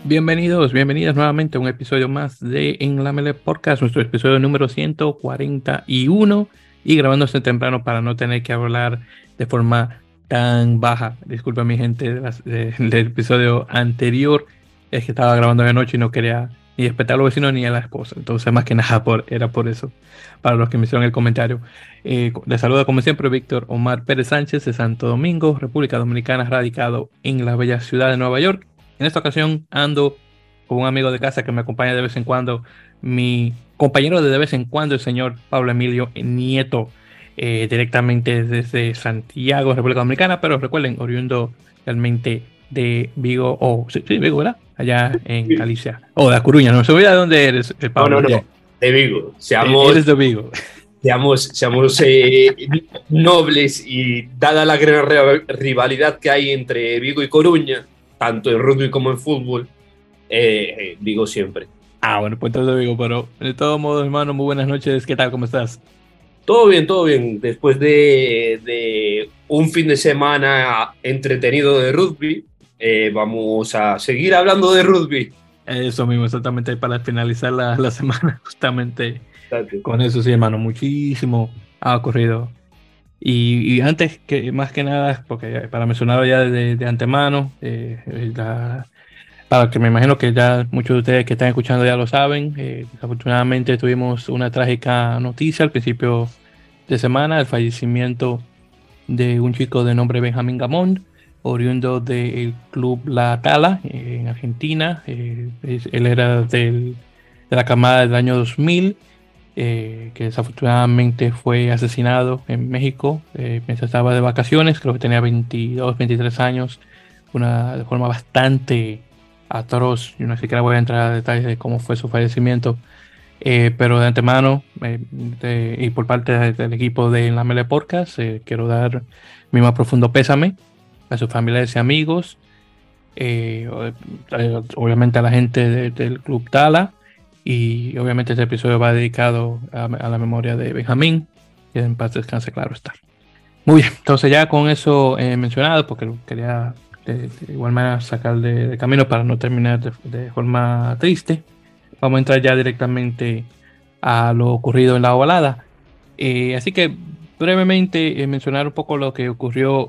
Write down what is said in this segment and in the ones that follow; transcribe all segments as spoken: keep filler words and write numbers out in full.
Bienvenidos, bienvenidas nuevamente a un episodio más de En la Mele Podcast, nuestro episodio número ciento cuarenta y uno y grabándose temprano para no tener que hablar de forma tan baja. Disculpa mi gente de las- de- del episodio anterior, es que estaba grabando de noche y no quería ni despertar a los vecinos ni a la esposa, entonces más que nada por, era por eso, para los que me hicieron el comentario. Eh, les saluda como siempre Víctor Omar Pérez Sánchez de Santo Domingo, República Dominicana, radicado en la bella ciudad de Nueva York. En esta ocasión ando con un amigo de casa que me acompaña de vez en cuando, mi compañero de de vez en cuando, el señor Pablo Emilio Nieto, eh, directamente desde Santiago, República Dominicana, pero recuerden, oriundo realmente de Vigo, o sí, sí, Vigo, ¿verdad? Allá en Galicia, o de A Coruña, no se olvida de dónde eres, eh, No, Pablo. no, no, te digo, Eh, seamos, Eres de Vigo. seamos, seamos eh, nobles y dada la gran re- rivalidad que hay entre Vigo y Coruña, tanto en rugby como en fútbol, eh, eh, Vigo siempre. Ah, bueno, pues entonces de Vigo, pero de todos modos, hermano, muy buenas noches, ¿qué tal? ¿Cómo estás? Todo bien, todo bien. Después de, de un fin de semana entretenido de rugby, eh, vamos a seguir hablando de rugby. Eso mismo, exactamente para finalizar la, la semana, justamente. Con eso sí, hermano, muchísimo ha ocurrido. Y, y antes que más que nada, porque para mencionarlo ya de, de antemano, eh, eh, la- para que me imagino que ya muchos de ustedes que están escuchando ya lo saben, eh, desafortunadamente tuvimos una trágica noticia al principio de semana, el fallecimiento de un chico de nombre Benjamín Gamond, oriundo del club La Tala eh, en Argentina. Eh, es- él era del- de la camada del año dos mil, eh, que desafortunadamente fue asesinado en México eh, mientras estaba de vacaciones, creo que tenía veintidós, veintitrés años, una de forma bastante atroz. Yo no siquiera voy a entrar a detalles de cómo fue su fallecimiento, eh, pero de antemano eh, de- y por parte de- del equipo de La Mele Podcast, eh, quiero dar mi más profundo pésame a sus familiares y amigos, eh, o- eh, obviamente a la gente de- del Club Tala, y obviamente este episodio va dedicado a, a la memoria de Benjamín, que en paz descanse, claro está. Muy bien, entonces ya con eso eh, mencionado, porque lo quería de, de igual manera sacar de, de camino para no terminar de, de forma triste, vamos a entrar ya directamente a lo ocurrido en la ovalada. Eh, así que brevemente eh, mencionar un poco lo que ocurrió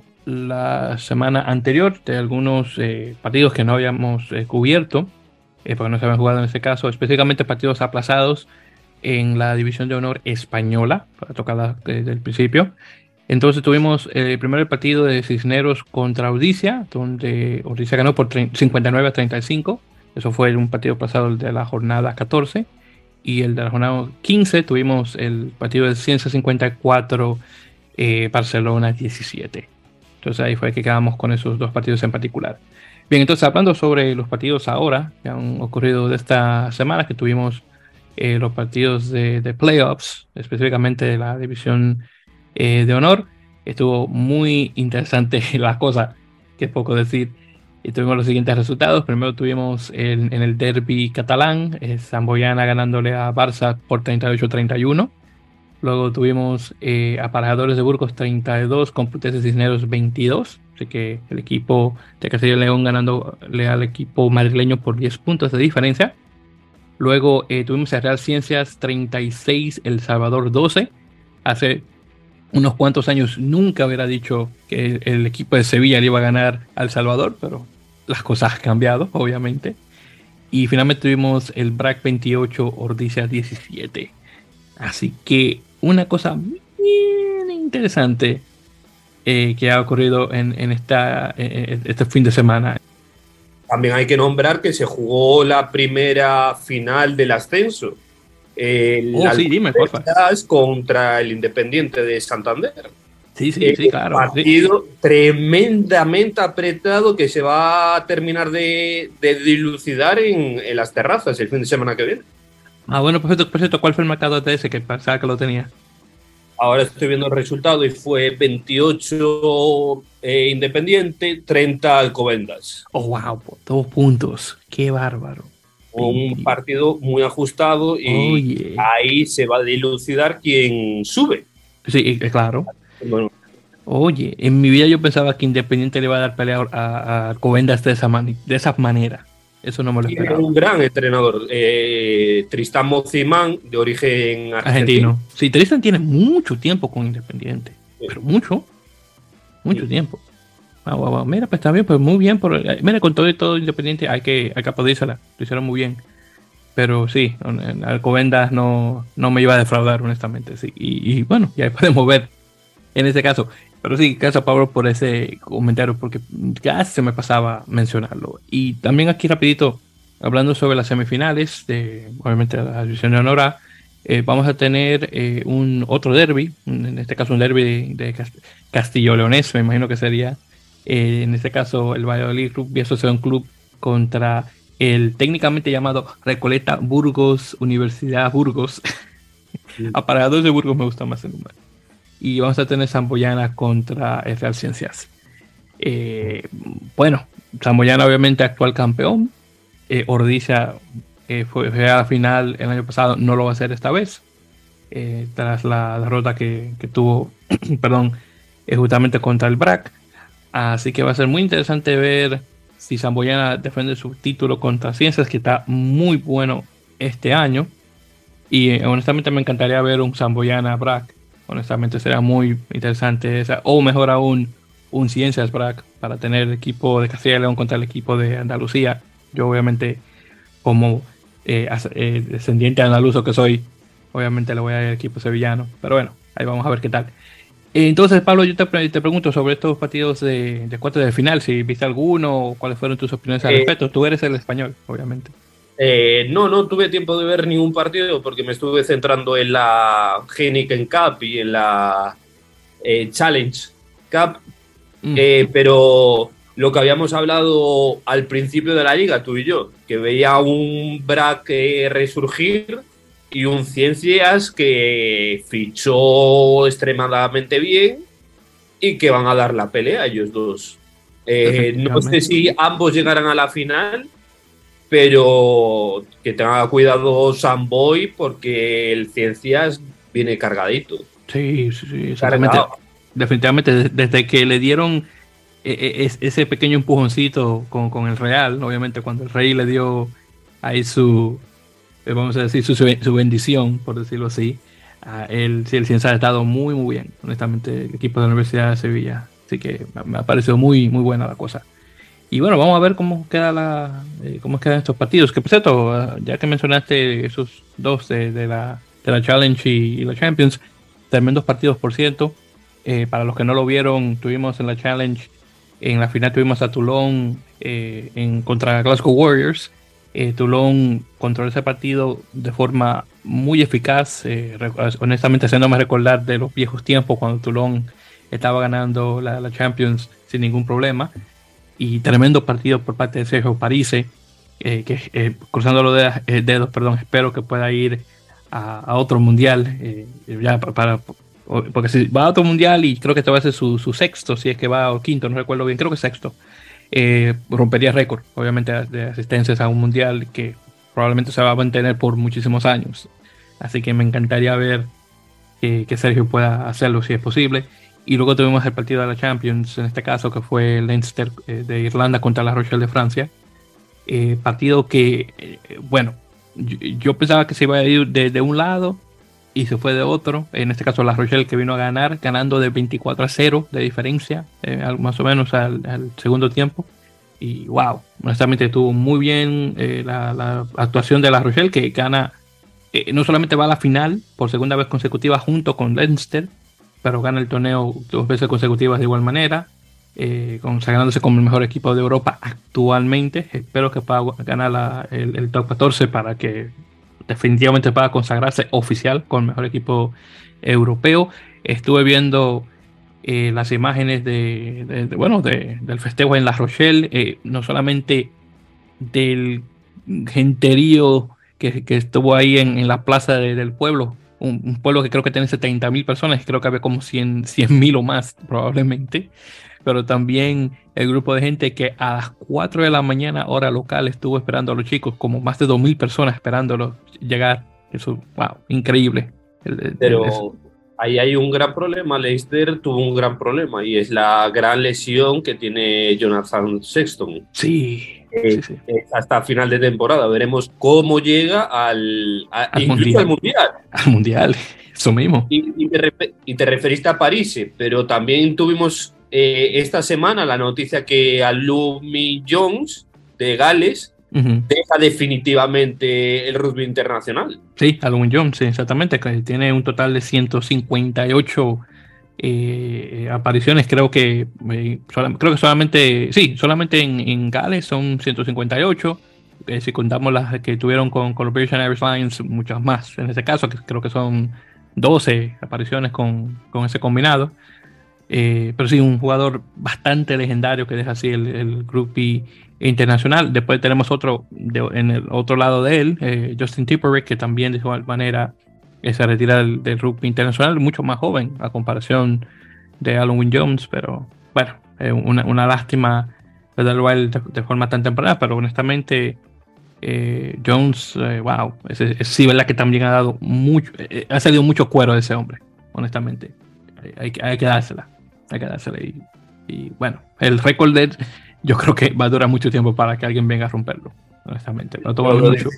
la semana anterior de algunos eh, partidos que no habíamos eh, cubierto, eh, porque no se habían jugado en este caso, específicamente partidos aplazados en la División de Honor Española, para tocarla desde el principio. Entonces tuvimos eh, el primer partido de Cisneros contra Odisea, donde Odisea ganó por cincuenta y nueve a treinta y cinco. Eso fue un partido pasado de la jornada catorce. Y el de la jornada quince tuvimos el partido de Ciencia cincuenta y cuatro, eh, Barcelona diecisiete. Entonces ahí fue que quedamos con esos dos partidos en particular. Bien, entonces hablando sobre los partidos ahora que han ocurrido de esta semana, que tuvimos eh, los partidos de, de playoffs, específicamente de la división eh, de honor. Estuvo muy interesante la cosa, que poco decir. Y tuvimos los siguientes resultados. Primero tuvimos el- en el derby catalán, eh, Samboyana ganándole a Barça por treinta y ocho a treinta y uno. Luego tuvimos eh, Aparejadores de Burgos treinta y dos, Complutense Cisneros veintidós. Así que el equipo de Castilla y León ganándole al equipo madrileño por diez puntos de diferencia. Luego eh, tuvimos a Real Ciencias treinta y seis, El Salvador doce. Hace unos cuantos años nunca hubiera dicho que el, el equipo de Sevilla le iba a ganar al Salvador, pero las cosas han cambiado, obviamente. Y finalmente tuvimos el BRAC veintiocho, Ordizia diecisiete. Así que una cosa bien interesante eh, que ha ocurrido en, en esta, eh, este fin de semana. También hay que nombrar que se jugó la primera final del ascenso. El Oh, sí, dime, porfa. Alcobendas contra el Independiente de Santander. Sí, sí, Eh, sí, claro. Sí. partido tremendamente apretado que se va a terminar de, de dilucidar en, en las terrazas el fin de semana que viene. Ah, bueno, perfecto, perfecto. ¿Cuál fue el marcador de ese que pensaba que lo tenía? Ahora estoy viendo el resultado y fue veintiocho eh, Independiente, treinta Alcobendas. Oh, wow, por dos puntos. Qué bárbaro. Un veinte. partido muy ajustado y Oye. ahí se va a dilucidar quién sube. Sí, eh, claro. Bueno, Oye, en mi vida yo pensaba que Independiente le iba a dar pelea a, a Alcobendas de esa, mani- de esa manera. Eso no me lo Tiene esperaba. un gran entrenador, eh, Tristán Mocimán, de origen argentino. Argentino. Sí, Tristan tiene mucho tiempo con Independiente, sí. Pero mucho, mucho sí. tiempo. Ah, wow, wow. Mira, pues también, pues muy bien. Por, mira, con todo y todo Independiente hay que, hay que aplaudírsela. Lo hicieron muy bien. Pero sí, Alcobendas no, no me iba a defraudar, honestamente. Sí. Y, y bueno, ya podemos ver en ese caso. Pero sí, gracias Pablo por ese comentario, porque casi se me pasaba mencionarlo. Y también aquí rapidito, hablando sobre las semifinales, de, obviamente la división de honor, eh, vamos a tener eh, un otro derby, en este caso un derby de, de Castillo-Leonés, me imagino que sería, eh, en este caso el Valladolid Rugby Asociación Club contra el técnicamente llamado Recoleta Burgos, Universidad Burgos. Sí. Aparadores de Burgos me gusta más el número. Y vamos a tener Samboyana contra el Real Ciencias. Eh, bueno, Samboyana obviamente actual campeón. Eh, Ordizia eh, fue, fue a la final el año pasado, no lo va a hacer esta vez. Eh, tras la derrota que, que tuvo, perdón, eh, justamente contra el B R A C. Así que va a ser muy interesante ver si Samboyana defiende su título contra Ciencias, que está muy bueno este año. Y eh, honestamente me encantaría ver un Samboyana B R A C. Honestamente será muy interesante esa, o mejor aún un Ciencias B R A C para tener el equipo de Castilla y León contra el equipo de Andalucía. Yo obviamente como eh, eh, descendiente andaluzo que soy, obviamente le voy a ir al equipo sevillano, pero bueno, ahí vamos a ver qué tal. Entonces Pablo, yo te, te pregunto sobre estos partidos de, de cuartos de final, si viste alguno o cuáles fueron tus opiniones al eh, respecto. Tú eres el español, obviamente. Eh, no, no tuve tiempo de ver ningún partido porque me estuve centrando en la Heineken Cup y en la eh, Challenge Cup, mm. eh, pero lo que habíamos hablado al principio de la liga, tú y yo, que veía un B R A C eh, resurgir y un Ciencias que fichó extremadamente bien y que van a dar la pelea a ellos dos. Eh, no sé si ambos llegarán a la final, pero que tenga cuidado Samboy porque el Ciencias viene cargadito. Sí, sí, sí, exactamente. Cargado. Definitivamente, desde que le dieron ese pequeño empujoncito con, con el Real, obviamente cuando el Rey le dio ahí su, vamos a decir, su, su bendición, por decirlo así, uh, el, sí, el Ciencias ha estado muy, muy bien, honestamente, el equipo de la Universidad de Sevilla. Así que me ha parecido muy, muy buena la cosa. Y bueno, vamos a ver cómo queda la, eh, cómo quedan estos partidos. Que por cierto, uh, ya que mencionaste esos dos de, de, la, de la Challenge y, y la Champions, tremendos partidos, por cierto. Eh, para los que no lo vieron, tuvimos en la Challenge, en la final tuvimos a Toulon eh, en, contra Glasgow Warriors. Eh, Toulon controló ese partido de forma muy eficaz, eh, honestamente haciéndome recordar de los viejos tiempos cuando Toulon estaba ganando la, la Champions sin ningún problema. Y tremendo partido por parte de Sergio Parise, eh, que eh, cruzando los dedos, eh, dedos, perdón, espero que pueda ir a, a otro mundial, eh, ya para, para, porque si va a otro mundial y creo que este va a ser su, su sexto, si es que va o quinto, no recuerdo bien, creo que sexto, eh, rompería récord, obviamente, de asistencias a un mundial que probablemente se va a mantener por muchísimos años. Así que me encantaría ver eh, que Sergio pueda hacerlo si es posible. Y luego tuvimos el partido de la Champions, en este caso, que fue el Leinster eh, de Irlanda contra la Rochelle de Francia. Eh, partido que, eh, bueno, yo, yo pensaba que se iba a ir de, de un lado y se fue de otro. En este caso, la Rochelle, que vino a ganar, ganando de veinticuatro a cero de diferencia, eh, más o menos al, al segundo tiempo. Y wow, honestamente estuvo muy bien eh, la, la actuación de la Rochelle, que gana, eh, no solamente va a la final por segunda vez consecutiva junto con Leinster, pero gana el torneo dos veces consecutivas de igual manera, eh, consagrándose como el mejor equipo de Europa actualmente. Espero que pueda ganar la, el, el top catorce para que definitivamente pueda consagrarse oficial con el mejor equipo europeo. Estuve viendo eh, las imágenes de, de, de bueno de, del festejo en La Rochelle, eh, no solamente del genterío que, que estuvo ahí en, en la plaza de, del pueblo. Un, un pueblo que creo que tiene setenta mil personas, creo que había como cien mil o más probablemente, pero también el grupo de gente que a las cuatro de la mañana hora local estuvo esperando a los chicos, como más de dos mil personas esperándolos llegar. Eso, wow, increíble. El, el, pero el, ahí hay un gran problema. Leicester tuvo un gran problema y es la gran lesión que tiene Jonathan Sexton. Sí. eh, sí, sí. eh, hasta final de temporada. Veremos cómo llega al, a, Al incluso mundial. al Mundial. Al mundial, eso mismo. Y, y, te, refer, y te referiste a París, pero también tuvimos eh, esta semana la noticia que Alumi Jones de Gales uh-huh. deja definitivamente el rugby internacional. Sí, Alumi Jones, sí, exactamente, que tiene un total de ciento cincuenta y ocho eh, apariciones, creo que eh, creo que solamente, sí, solamente en, en Gales son ciento cincuenta y ocho. Eh, si contamos las que tuvieron con, con los British Irish Lions, muchas más en ese caso, que creo que son doce apariciones con, con ese combinado. Eh, pero sí, un jugador bastante legendario que deja así el, el rugby internacional. Después tenemos otro de, en el otro lado de él, eh, Justin Tipuric, que también de igual manera eh, se retira del, del rugby internacional, mucho más joven a comparación de Alun Jones, pero bueno, eh, una, una lástima perderlo a él de, de forma tan temprana, pero honestamente eh, Jones, eh, wow, es, es, sí, verdad que también ha dado mucho, eh, ha salido mucho cuero de ese hombre, honestamente. Hay, hay, hay que dársela. Hay que dársela y, y bueno, el récord de él, yo creo que va a durar mucho tiempo para que alguien venga a romperlo, honestamente. No toma mucho.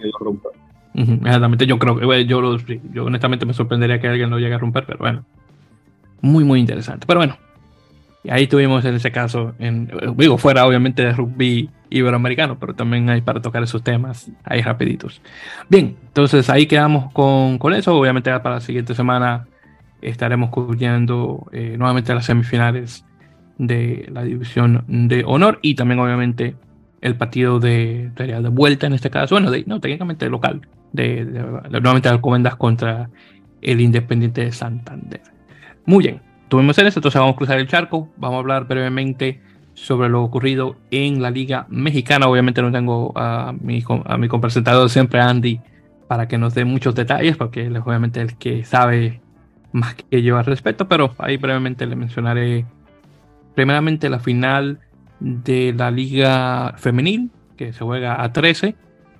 Uh-huh, exactamente, yo creo que yo, lo, yo honestamente me sorprendería que alguien lo llegue a romper, pero bueno, muy muy interesante. Pero bueno, y ahí tuvimos en ese caso, en, digo, fuera obviamente de rugby iberoamericano, pero también hay para tocar esos temas ahí rapiditos. Bien, entonces ahí quedamos con, con eso. Obviamente para la siguiente semana estaremos cubriendo eh, nuevamente las semifinales de la división de honor y también obviamente el partido de, de, de vuelta en este caso, bueno, de, no, técnicamente local, de, de, de, de nuevamente Alcobendas contra el Independiente de Santander. Muy bien, tuvimos en eso, entonces vamos a cruzar el charco, vamos a hablar brevemente sobre lo ocurrido en la Liga Mexicana. Obviamente no tengo a mi, a mi copresentador siempre, Andy, para que nos dé muchos detalles, porque él es obviamente el que sabe más que yo al respecto, pero ahí brevemente le mencionaré primeramente la final de la Liga Femenil, que se juega a trece,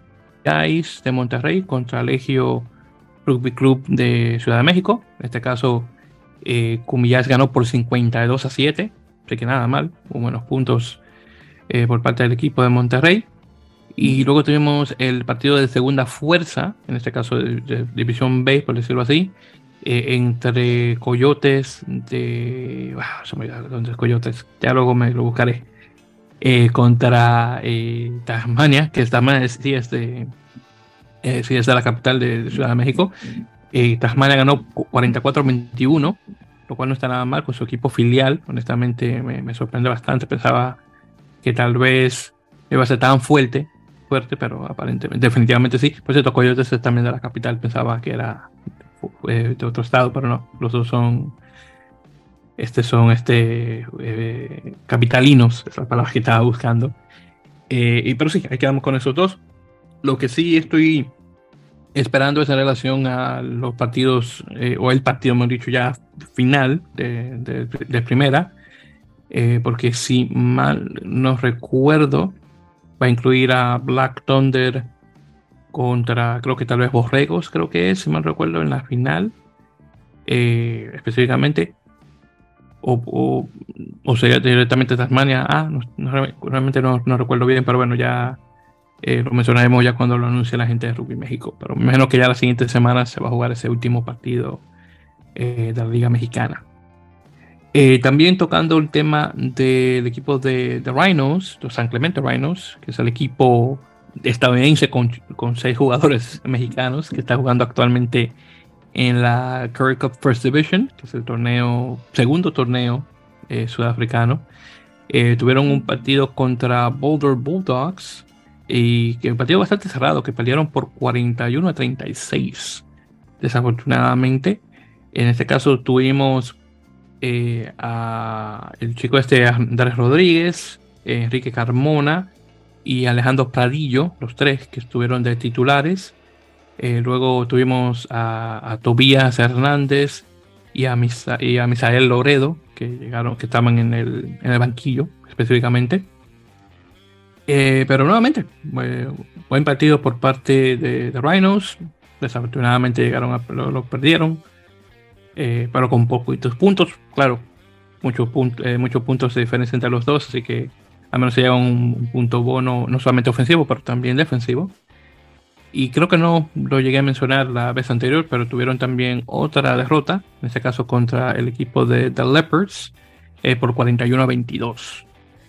Guys de Monterrey contra Legio Rugby Club de Ciudad de México. En este caso, eh, Cumillás ganó por cincuenta y dos a siete, así que nada mal, hubo buenos puntos eh, por parte del equipo de Monterrey. Y luego tuvimos el partido de segunda fuerza, en este caso de, de División B, por decirlo así, Eh, entre Coyotes de... Wow, se me olvidó dónde es Coyotes, ya luego me lo buscaré, eh, contra eh, Tasmania, que Tasmania sí es de, eh, sí es de la capital de, de Ciudad de México. eh, Tasmania ganó cuarenta y cuatro a veintiuno, lo cual no está nada mal con su equipo filial. Honestamente me, me sorprende bastante, pensaba que tal vez iba a ser tan fuerte, fuerte pero aparentemente, definitivamente sí. Por cierto, Coyotes es también de la capital, pensaba que era de otro estado, pero no, los dos son este son este eh, capitalinos, es la palabra que estaba buscando, eh, y pero sí, ahí quedamos con esos dos. Lo que sí estoy esperando es en relación a los partidos, eh, o el partido, mejor dicho, ya final de, de, de primera, eh, porque si mal no recuerdo va a incluir a Black Thunder contra, creo que tal vez Borregos, creo que es, si mal recuerdo, en la final, eh, específicamente, o, o, o sería directamente Tasmania. Ah, no, no, realmente no, no recuerdo bien, pero bueno, ya eh, lo mencionaremos ya cuando lo anuncie la gente de Rugby México. Pero me imagino que ya la siguiente semana se va a jugar ese último partido eh, de la Liga Mexicana. Eh, también tocando el tema del equipo de, de Rhinos, los San Clemente Rhinos, que es el equipo estadounidense con, con seis jugadores mexicanos que está jugando actualmente en la Currie Cup First Division, que es el torneo, segundo torneo eh, sudafricano. Eh, tuvieron un partido contra Boulder Bulldogs, y que un partido bastante cerrado, que perdieron por cuarenta y uno a treinta y seis, desafortunadamente. En este caso tuvimos eh, a el chico este Andrés Rodríguez, eh, Enrique Carmona y Alejandro Pradillo, los tres que estuvieron de titulares. Eh, luego tuvimos a, a Tobías Hernández y a, Misa, y a Misael Loredo, que llegaron, que estaban en el, en el banquillo específicamente. Eh, pero nuevamente, eh, buen partido por parte de, de Rhinos. Desafortunadamente llegaron a, lo, lo perdieron, eh, pero con poquitos puntos, claro, muchos, punt, eh, muchos puntos de diferencia entre los dos, así que al menos se lleva un, un punto bono, no solamente ofensivo, pero también defensivo. Y creo que no lo llegué a mencionar la vez anterior, pero tuvieron también otra derrota, en este caso contra el equipo de The Leopards, eh, por cuarenta y uno a veintidós.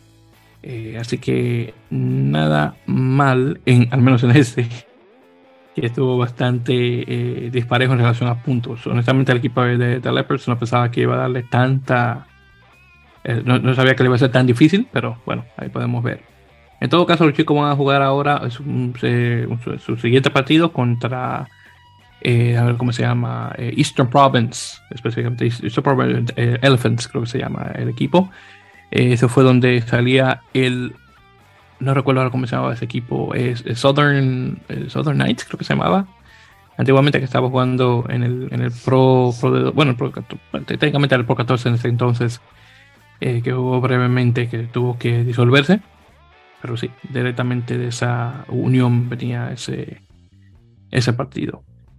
Eh, así que nada mal, en, al menos en este, que estuvo bastante eh, disparejo en relación a puntos. Honestamente, el equipo de The Leopards no pensaba que iba a darle tanta... Eh, no, no sabía que le iba a ser tan difícil, pero bueno, ahí podemos ver. En todo caso, los chicos van a jugar ahora su, su, su siguiente partido contra, eh, a ver cómo se llama, eh, Eastern Province, específicamente Eastern Province eh, Elephants, creo que se llama el equipo. Eh, ese fue donde salía el, no recuerdo ahora cómo se llamaba ese equipo, es, es Southern, eh, Southern Knights, creo que se llamaba. Antiguamente, que estaba jugando en el, en el Pro, Pro de, bueno, el Pro, técnicamente era el Pro catorce en ese entonces, eh, que jugó brevemente, que tuvo que disolverse. Pero sí, directamente de esa unión venía ese, ese partido.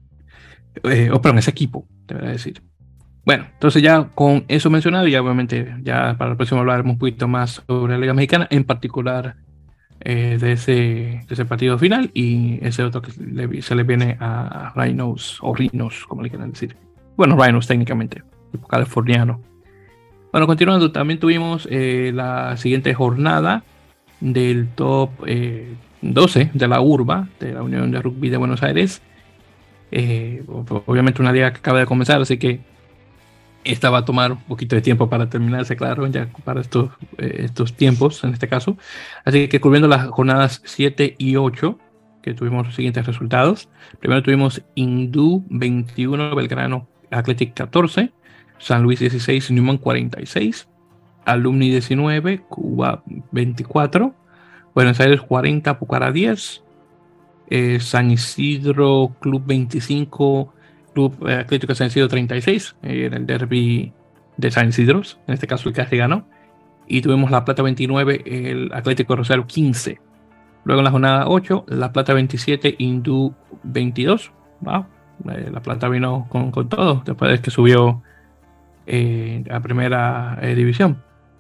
Eh, o perdón, ese equipo, debería decir. Bueno, entonces ya con eso mencionado, ya obviamente ya para el próximo hablaremos un poquito más sobre la Liga Mexicana, en particular eh, de, ese, de ese partido final y ese otro que le, se le viene a Rhinos, o Rhinos, como le quieran decir. Bueno, Rhinos técnicamente, tipo californiano. Bueno, continuando, también tuvimos eh, la siguiente jornada del top eh, doce de la urba, de la Unión de Rugby de Buenos Aires. Eh, obviamente una liga que acaba de comenzar, así que esta va a tomar un poquito de tiempo para terminarse, claro, ya para estos, eh, estos tiempos en este caso. Así que cubriendo las jornadas siete y ocho, que tuvimos los siguientes resultados. Primero tuvimos Hindú veintiuno, Belgrano Athletic catorce, San Luis dieciséis, Newman cuarenta y seis, Alumni diecinueve, Cuba veinticuatro, Buenos Aires cuarenta, Pucará diez, eh, San Isidro Club veinticinco, Club eh, Atlético San Isidro treinta y seis, eh, en el derby de San Isidro, en este caso el que ganó. Y tuvimos La Plata veintinueve, el Atlético Rosario quince. Luego en la jornada ocho, La Plata veintisiete, Hindú veintidós. Wow, eh, La Plata vino con, con todo después de que subió eh, a primera eh, división.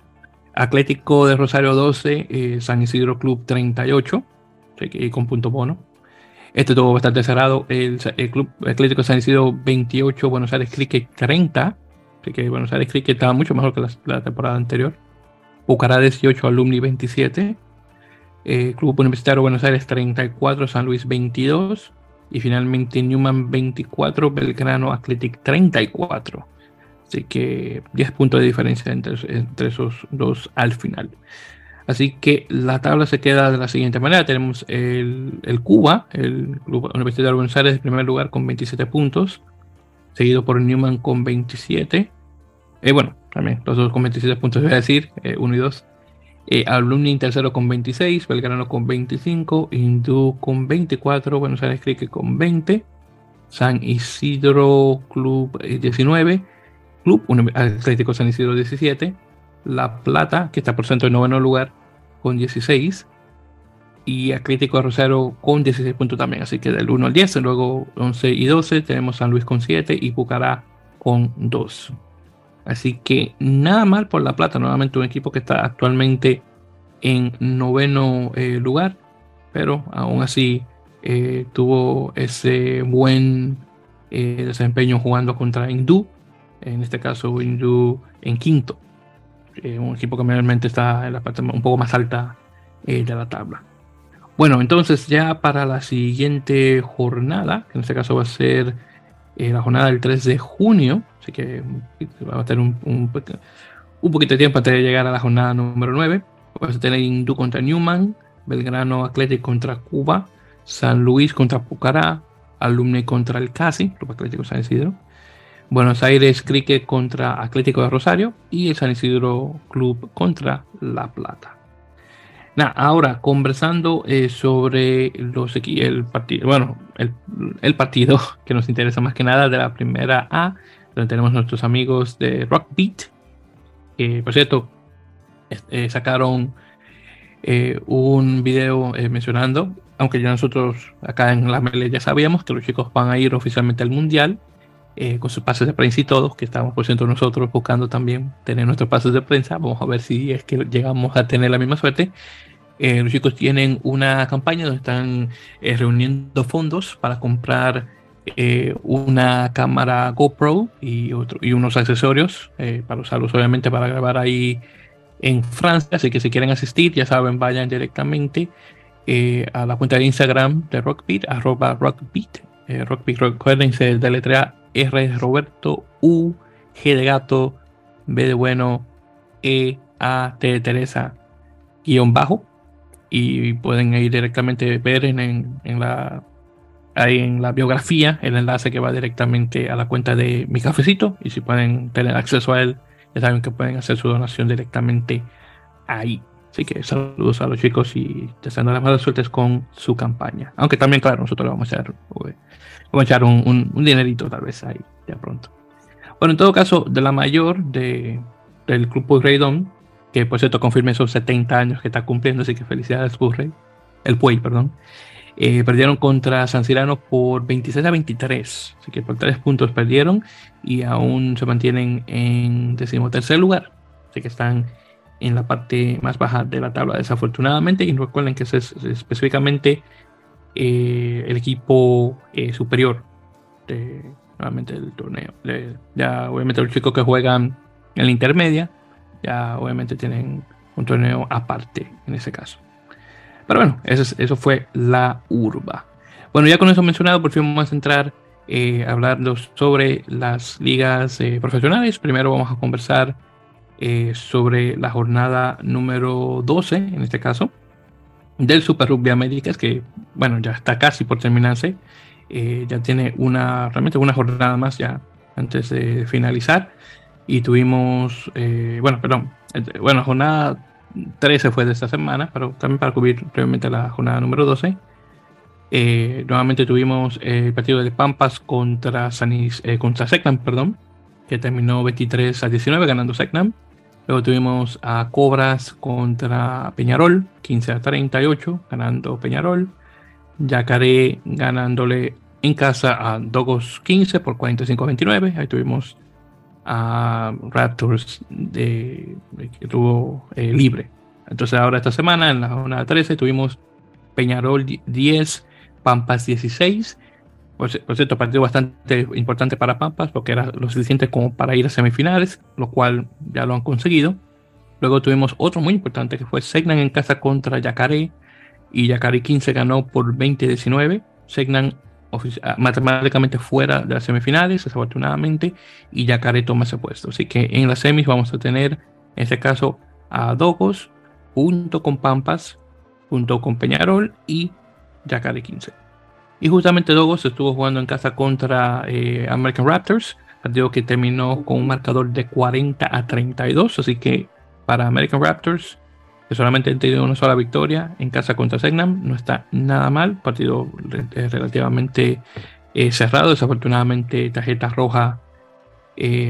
Atlético de Rosario doce, eh, San Isidro Club treinta y ocho, y con punto bono. Este tuvo bastante cerrado. El, el Club Atlético San Isidro veintiocho, Buenos Aires Cricket treinta. Así que Buenos Aires Cricket estaba mucho mejor que la, la temporada anterior. Pucará dieciocho, Alumni veintisiete. Eh, Club Universitario Buenos Aires treinta y cuatro, San Luis veintidós. Y finalmente Newman veinticuatro, Belgrano Athletic treinta y cuatro. Así que diez puntos de diferencia entre, entre esos dos al final. Así que la tabla se queda de la siguiente manera. Tenemos el, el Cuba, el Club Universitario de Buenos Aires, en primer lugar con veintisiete puntos, seguido por Newman con veintisiete. Eh, bueno, también los dos con veintisiete puntos, voy a decir, eh, uno y dos. Eh, Alumni en tercero con veintiséis, Belgrano con veinticinco, Hindú con veinticuatro, Buenos Aires Cricket con veinte, San Isidro Club eh, diecinueve, Club Atlético San Isidro diecisiete, La Plata, que está por centro en noveno lugar, con dieciséis, y Atlético de Rosario con dieciséis puntos también, así que del uno al diez, luego once y doce, tenemos San Luis con siete y Pucará con dos. Así que nada mal por La Plata, nuevamente un equipo que está actualmente en noveno eh, lugar, pero aún así eh, tuvo ese buen eh, desempeño jugando contra Hindú, en este caso Hindú en quinto, eh, un equipo que realmente está en la parte un poco más alta eh, de la tabla. Bueno, entonces ya para la siguiente jornada, que en este caso va a ser eh, la jornada del tres de junio, así que va a tener un, un, un poquito de tiempo antes de llegar a la jornada número nueve. Vamos a tener Hindú contra Newman, Belgrano Athletic contra Cuba, San Luis contra Pucará, Alumni contra el Casi, Club Atlético San Isidro, Buenos Aires Cricket contra Atlético de Rosario y el San Isidro Club contra La Plata. Nah, ahora conversando eh, sobre los el partido, bueno, el, el partido que nos interesa más que nada de la primera A, donde tenemos nuestros amigos de Rock Beat, que por cierto eh, sacaron eh, un video eh, mencionando, aunque ya nosotros acá en la Mele ya sabíamos que los chicos van a ir oficialmente al Mundial, eh, con sus pases de prensa y todos, que estamos por ciento nosotros buscando también tener nuestros pases de prensa. Vamos a ver si es que llegamos a tener la misma suerte. Eh, los chicos tienen una campaña donde están eh, reuniendo fondos para comprar eh, una cámara GoPro y, otro, y unos accesorios eh, para usarlos obviamente para grabar ahí en Francia. Así que si quieren asistir, ya saben, vayan directamente eh, a la cuenta de Instagram de Rockbeat, arroba Rockbeat. Eh, Rockbeat, recuérdense de letra R de Roberto, U, G de gato, B de bueno, E, A, T de Teresa, guión bajo. Y pueden ir directamente ver en, en, en la ahí en la biografía el enlace que va directamente a la cuenta de Mi Cafecito, y si pueden tener acceso a él, ya saben que pueden hacer su donación directamente ahí. Así que saludos a los chicos y deseando las malas suertes con su campaña, aunque también claro, nosotros le vamos a echar, vamos a echar un, un, un dinerito tal vez ahí ya pronto. Bueno, en todo caso, de la mayor de, del Club Pueyrredón, que por cierto confirme esos setenta años que está cumpliendo, así que felicidades Pueyrredón, el Puey, perdón. Eh, perdieron contra San Cirano por veintiséis a veintitrés, así que por tres puntos perdieron y aún se mantienen en decimotercer lugar, así que están en la parte más baja de la tabla desafortunadamente. Y recuerden que ese es específicamente eh, el equipo eh, superior de, nuevamente del torneo. De, ya obviamente los chicos que juegan en la intermedia ya obviamente tienen un torneo aparte en ese caso. Pero bueno, eso, eso fue la urba. Bueno, ya con eso mencionado, por fin vamos a entrar eh, hablando sobre las ligas eh, profesionales. Primero vamos a conversar eh, sobre la jornada número doce, en este caso, del Super Rugby Américas, que bueno, ya está casi por terminarse. Eh, ya tiene una, realmente una jornada más ya antes de finalizar. Y tuvimos, eh, bueno, perdón, bueno, jornada trece fue de esta semana, pero también para cubrir brevemente la jornada número doce. Eh, nuevamente tuvimos el partido de Pampas contra Sanis, eh, contra Secnam, perdón, que terminó veintitrés a diecinueve ganando Secnam. Luego tuvimos a Cobras contra Peñarol, quince a treinta y ocho ganando Peñarol. Yacaré ganándole en casa a Dogos quince por cuarenta y cinco a veintinueve. Ahí tuvimos a Raptors de, de que tuvo eh, libre. Entonces ahora esta semana en la jornada trece tuvimos Peñarol diez, Pampas dieciséis. Por, por cierto, partido bastante importante para Pampas, porque era lo suficiente como para ir a semifinales, lo cual ya lo han conseguido. Luego tuvimos otro muy importante que fue Secnam en casa contra Yacaré, y Yacaré quince ganó por veinte a diecinueve. Secnam matemáticamente fuera de las semifinales, desafortunadamente, y Yacaré toma ese puesto. Así que en las semis vamos a tener, en este caso, a Dogos junto con Pampas, junto con Peñarol y Yacaré quince. Y justamente Dogos estuvo jugando en casa contra eh, American Raptors, partido que terminó con un marcador de cuarenta a treinta y dos. Así que para American Raptors, que solamente han tenido una sola victoria en casa contra Secnam, no está nada mal. Partido eh, relativamente eh, cerrado. Desafortunadamente, tarjeta roja eh,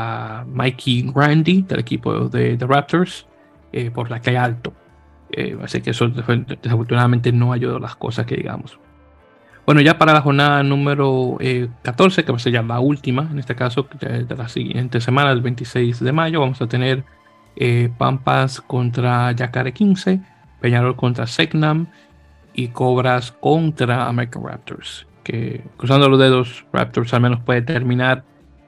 a Mikey Grandy del equipo de, de Raptors eh, por la calle alto. Eh, así que eso desafortunadamente no ayudó las cosas que digamos. Bueno, ya para la jornada número eh, catorce, que va a ser ya la última, en este caso, de, de la siguiente semana, el veintiséis de mayo, vamos a tener Eh, Pampas contra Yacaré quince, Peñarol contra Secnam y Cobras contra American Raptors, que cruzando los dedos Raptors al menos puede terminar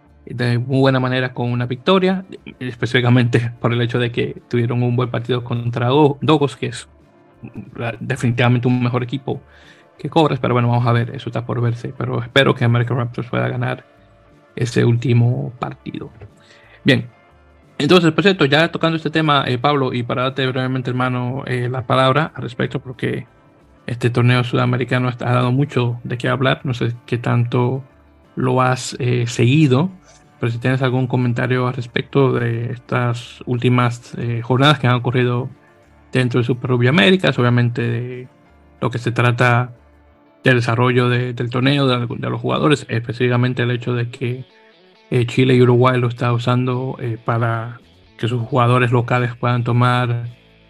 de muy buena manera con una victoria, específicamente por el hecho de que tuvieron un buen partido contra Dogos, que es definitivamente un mejor equipo que Cobras, pero bueno, vamos a ver, eso está por verse, pero espero que American Raptors pueda ganar ese último partido. Bien. Entonces, por cierto, ya tocando este tema, eh, Pablo, y para darte brevemente, hermano, eh, la palabra al respecto, porque este torneo sudamericano ha dado mucho de qué hablar. No sé qué tanto lo has eh, seguido, pero si tienes algún comentario al respecto de estas últimas eh, jornadas que han ocurrido dentro de Super Rugby Américas, obviamente de lo que se trata del desarrollo de, del torneo, de, de los jugadores, específicamente el hecho de que Eh, Chile y Uruguay lo está usando eh, para que sus jugadores locales puedan tomar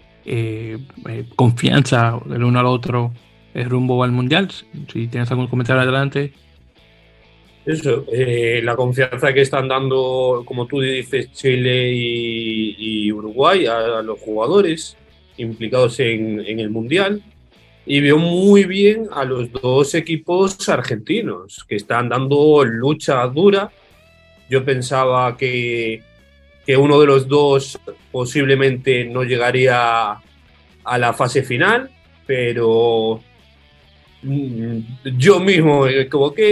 eh, eh, confianza del uno al otro eh, rumbo al mundial. Si tienes algún comentario adelante. Eso, eh, la confianza que están dando, como tú dices, Chile y, y Uruguay a, a los jugadores implicados en, en el Mundial. Y veo muy bien a los dos equipos argentinos que están dando lucha dura. Yo pensaba que, que uno de los dos posiblemente no llegaría a la fase final, pero mm, yo mismo me equivoqué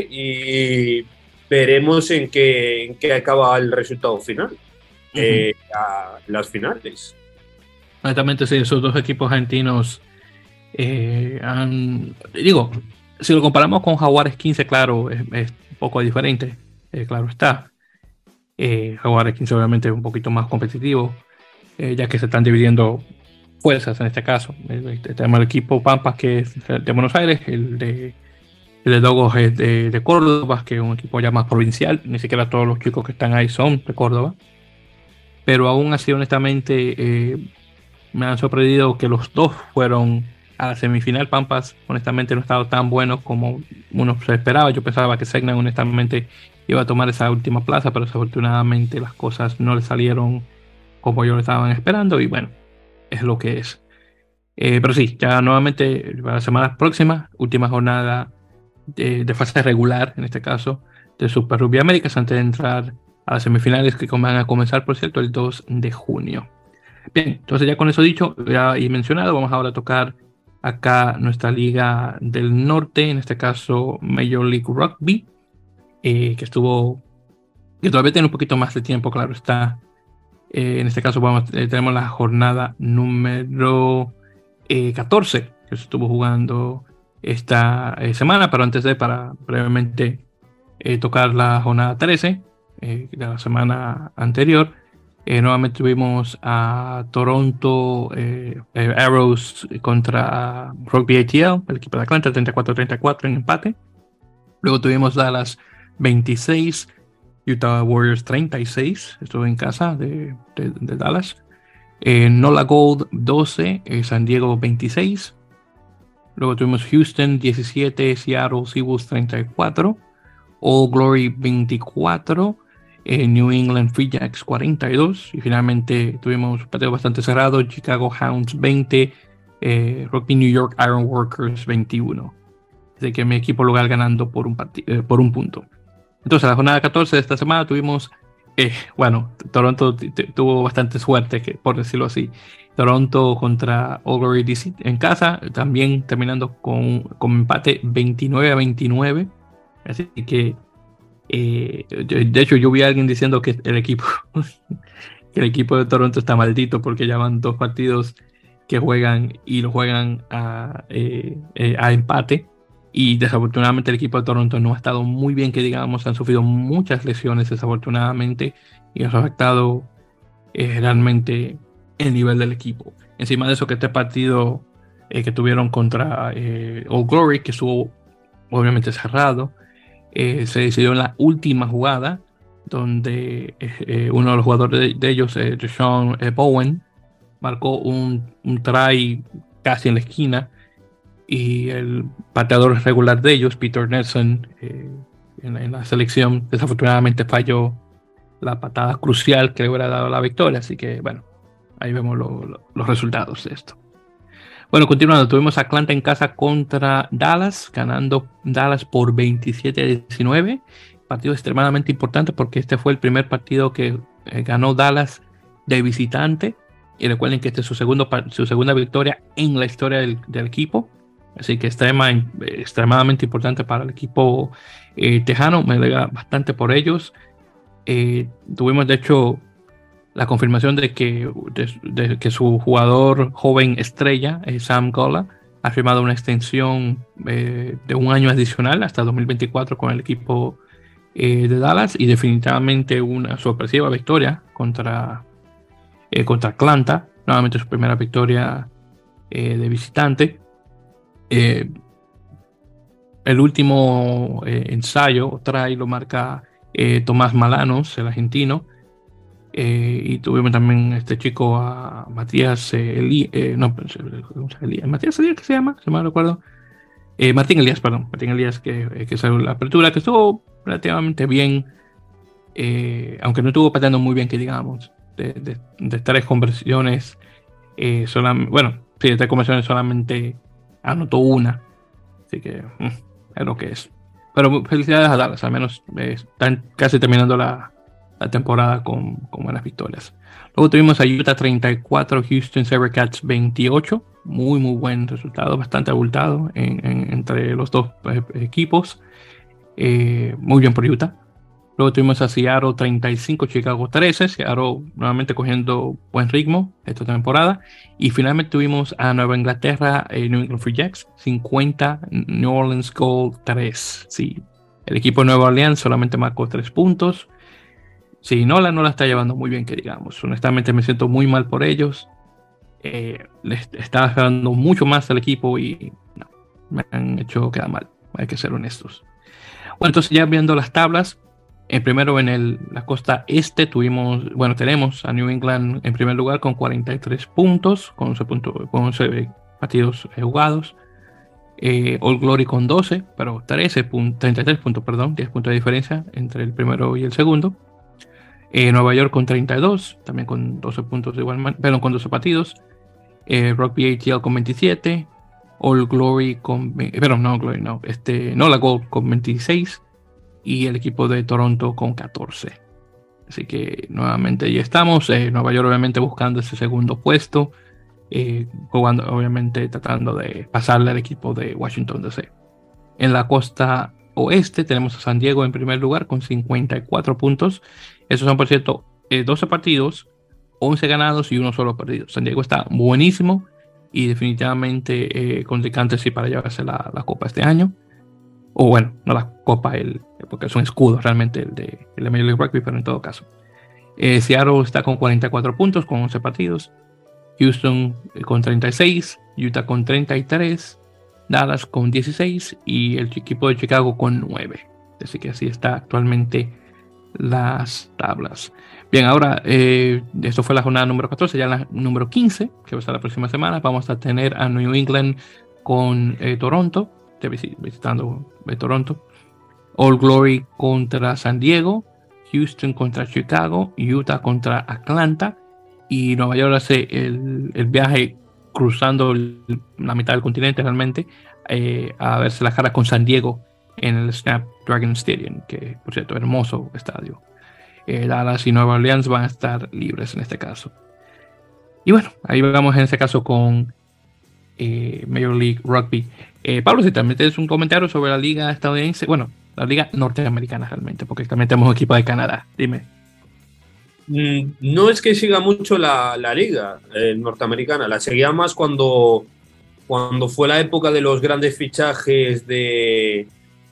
y veremos en qué, en qué acaba el resultado final, Uh-huh. eh, a las finales. Honestamente, sí, esos dos equipos argentinos eh, han, digo, si lo comparamos con Jaguares quince, claro, es, es un poco diferente, eh, claro está. Eh, Jaguares quince obviamente es un poquito más competitivo, eh, ya que se están dividiendo fuerzas en este caso. Eh, tenemos el equipo Pampas, que es de Buenos Aires, el de, el de Dogos es de, de Córdoba, que es un equipo ya más provincial. Ni siquiera todos los chicos que están ahí son de Córdoba. Pero aún así, honestamente, eh, me han sorprendido que los dos fueron a la semifinal. Pampas, honestamente, no ha estado tan bueno como uno se esperaba. Yo pensaba que Segnan, honestamente, iba a tomar esa última plaza, pero desafortunadamente las cosas no le salieron como yo lo estaban esperando. Y bueno, es lo que es. Eh, pero sí, ya nuevamente para la semana próxima, última jornada de, de fase regular, en este caso, de Super Rugby Américas, antes de entrar a las semifinales que van a comenzar, por cierto, el dos de junio. Bien, entonces ya con eso dicho ya y mencionado, vamos ahora a tocar acá nuestra liga del norte, en este caso Major League Rugby, eh, que estuvo, que todavía tiene un poquito más de tiempo, claro está. Eh, en este caso vamos, eh, tenemos la jornada número eh, catorce, que se estuvo jugando esta eh, semana, pero antes de, para brevemente eh, tocar la jornada trece eh, de la semana anterior. Eh, nuevamente tuvimos a Toronto eh, eh, Arrows contra Rugby A T L, el equipo de Atlanta, treinta y cuatro a treinta y cuatro en empate. Luego tuvimos Dallas veintiséis, Utah Warriors treinta y seis, estuvo en casa de, de, de Dallas. Eh, Nola Gold doce, eh, San Diego veintiséis. Luego tuvimos Houston diecisiete, Seattle Seawolves treinta y cuatro, All Glory veinticuatro, eh, New England Free Jacks cuarenta y dos, y finalmente tuvimos un partido bastante cerrado, Chicago Hounds veinte, eh, Rugby New York Iron Workers veintiuno. Así que mi equipo local ganando por un, eh, por un punto. Entonces, la jornada catorce de esta semana tuvimos, eh, bueno, Toronto tuvo bastante suerte, que, por decirlo así. Toronto contra All Glory D C en casa, también terminando con, con empate veintinueve a veintinueve. Así que, eh, de hecho, yo vi a alguien diciendo que el equipo, que el equipo de Toronto está maldito porque ya van dos partidos que juegan y lo juegan a, eh, eh, a empate. Y desafortunadamente el equipo de Toronto no ha estado muy bien, que digamos, han sufrido muchas lesiones desafortunadamente y eso ha afectado eh, realmente el nivel del equipo. Encima de eso, que este partido eh, que tuvieron contra eh, Old Glory, que estuvo obviamente cerrado, eh, se decidió en la última jugada, donde eh, uno de los jugadores de, de ellos, eh, Deshaun eh, Bowen, marcó un, un try casi en la esquina, y el pateador regular de ellos, Peter Nelson, eh, en, en la selección, desafortunadamente falló la patada crucial que le hubiera dado la victoria. Así que, bueno, ahí vemos lo, lo, los resultados de esto. Bueno, continuando, tuvimos a Atlanta en casa contra Dallas, ganando Dallas por veintisiete a diecinueve. Partido extremadamente importante porque este fue el primer partido que eh, ganó Dallas de visitante. Y recuerden que este es su, segundo, su segunda victoria en la historia del, del equipo. Así que extrema, extremadamente importante para el equipo eh, tejano. Me alegra bastante por ellos. Eh, tuvimos, de hecho, la confirmación de que, de, de que su jugador joven estrella, eh, Sam Gola, ha firmado una extensión eh, de un año adicional hasta dos mil veinticuatro con el equipo eh, de Dallas, y definitivamente una sorpresiva victoria contra, eh, contra Atlanta. Nuevamente su primera victoria eh, de visitante. Eh, el último eh, ensayo, try, lo marca eh, Tomás Malanos, el argentino. Eh, y tuvimos también este chico a Matías eh, Elías, eh, no, Elías, Matías Elías, que se llama, se me recuerdo, eh, Martín Elías, perdón, Martín Elías, que, eh, que salió la apertura, que estuvo relativamente bien, eh, aunque no estuvo pateando muy bien, que digamos, de, de, de tres conversiones, eh, solam- bueno, sí, de tres conversiones solamente anotó una, así que mm, es lo que es. Pero felicidades a Dallas, al menos eh, están casi terminando la, la temporada con, con buenas victorias. Luego tuvimos a Utah treinta y cuatro, Houston Sabercats veintiocho. Muy, muy buen resultado, bastante abultado en, en, entre los dos eh, equipos. Eh, muy bien por Utah. Luego tuvimos a Seattle treinta y cinco, Chicago trece. Seattle nuevamente cogiendo buen ritmo esta temporada. Y finalmente tuvimos a Nueva Inglaterra, eh, New England Free Jacks cincuenta, New Orleans Gold tres. Sí, el equipo de Nueva Orleans solamente marcó tres puntos. Sí, Nola no la está llevando muy bien, que digamos. Honestamente me siento muy mal por ellos. Eh, les estaba esperando mucho más al equipo y no, me han hecho quedar mal. Hay que ser honestos. Bueno, entonces ya viendo las tablas, en primero en el, la costa este tuvimos, bueno, tenemos a New England en primer lugar con cuarenta y tres puntos, con once, puntos, con once partidos jugados. Eh, All Glory con doce, pero trece treinta y tres puntos, perdón, diez puntos de diferencia entre el primero y el segundo. Eh, Nueva York con treinta y dos, también con doce puntos de igual manera, perdón, con doce partidos. Eh, Rugby A T L con veintisiete. All Glory con, eh, perdón, no All Glory, no, este, no la Gold con veintiséis. Y el equipo de Toronto con catorce. Así que nuevamente ya estamos. Eh, Nueva York obviamente buscando ese segundo puesto, eh, jugando, obviamente tratando de pasarle al equipo de Washington D C. En la costa oeste tenemos a San Diego en primer lugar con cincuenta y cuatro puntos. Esos son, por cierto, eh, doce partidos, once ganados y uno solo perdido. San Diego está buenísimo y definitivamente eh, contrincante sí para llevarse la, la copa este año. O bueno, no la copa, el, porque es un escudo realmente el de, el de Major League Rugby, pero en todo caso. Eh, Seattle está con cuarenta y cuatro puntos, con once partidos. Houston eh, con treinta y seis. Utah con treinta y tres. Dallas con dieciséis. Y el equipo de Chicago con nueve. Así que así está actualmente las tablas. Bien, ahora, eh, esto fue la jornada número catorce, ya la número quince, que va a estar la próxima semana. Vamos a tener a New England con eh, Toronto, visitando eh, Toronto. All Glory contra San Diego, Houston contra Chicago, Utah contra Atlanta y Nueva York hace el, el viaje cruzando el, la mitad del continente realmente eh, a verse la cara con San Diego en el Snapdragon Stadium, que por cierto, hermoso estadio. Eh, Dallas y Nueva Orleans van a estar libres en este caso. Y bueno, ahí vamos en este caso con eh, Major League Rugby. Eh, Pablo, si también tienes un comentario sobre la liga estadounidense, bueno, la liga norteamericana realmente, porque también tenemos un equipo de Canadá. Dime. Mm, no es que siga mucho la, la liga eh, norteamericana, la seguía más cuando, cuando fue la época de los grandes fichajes de,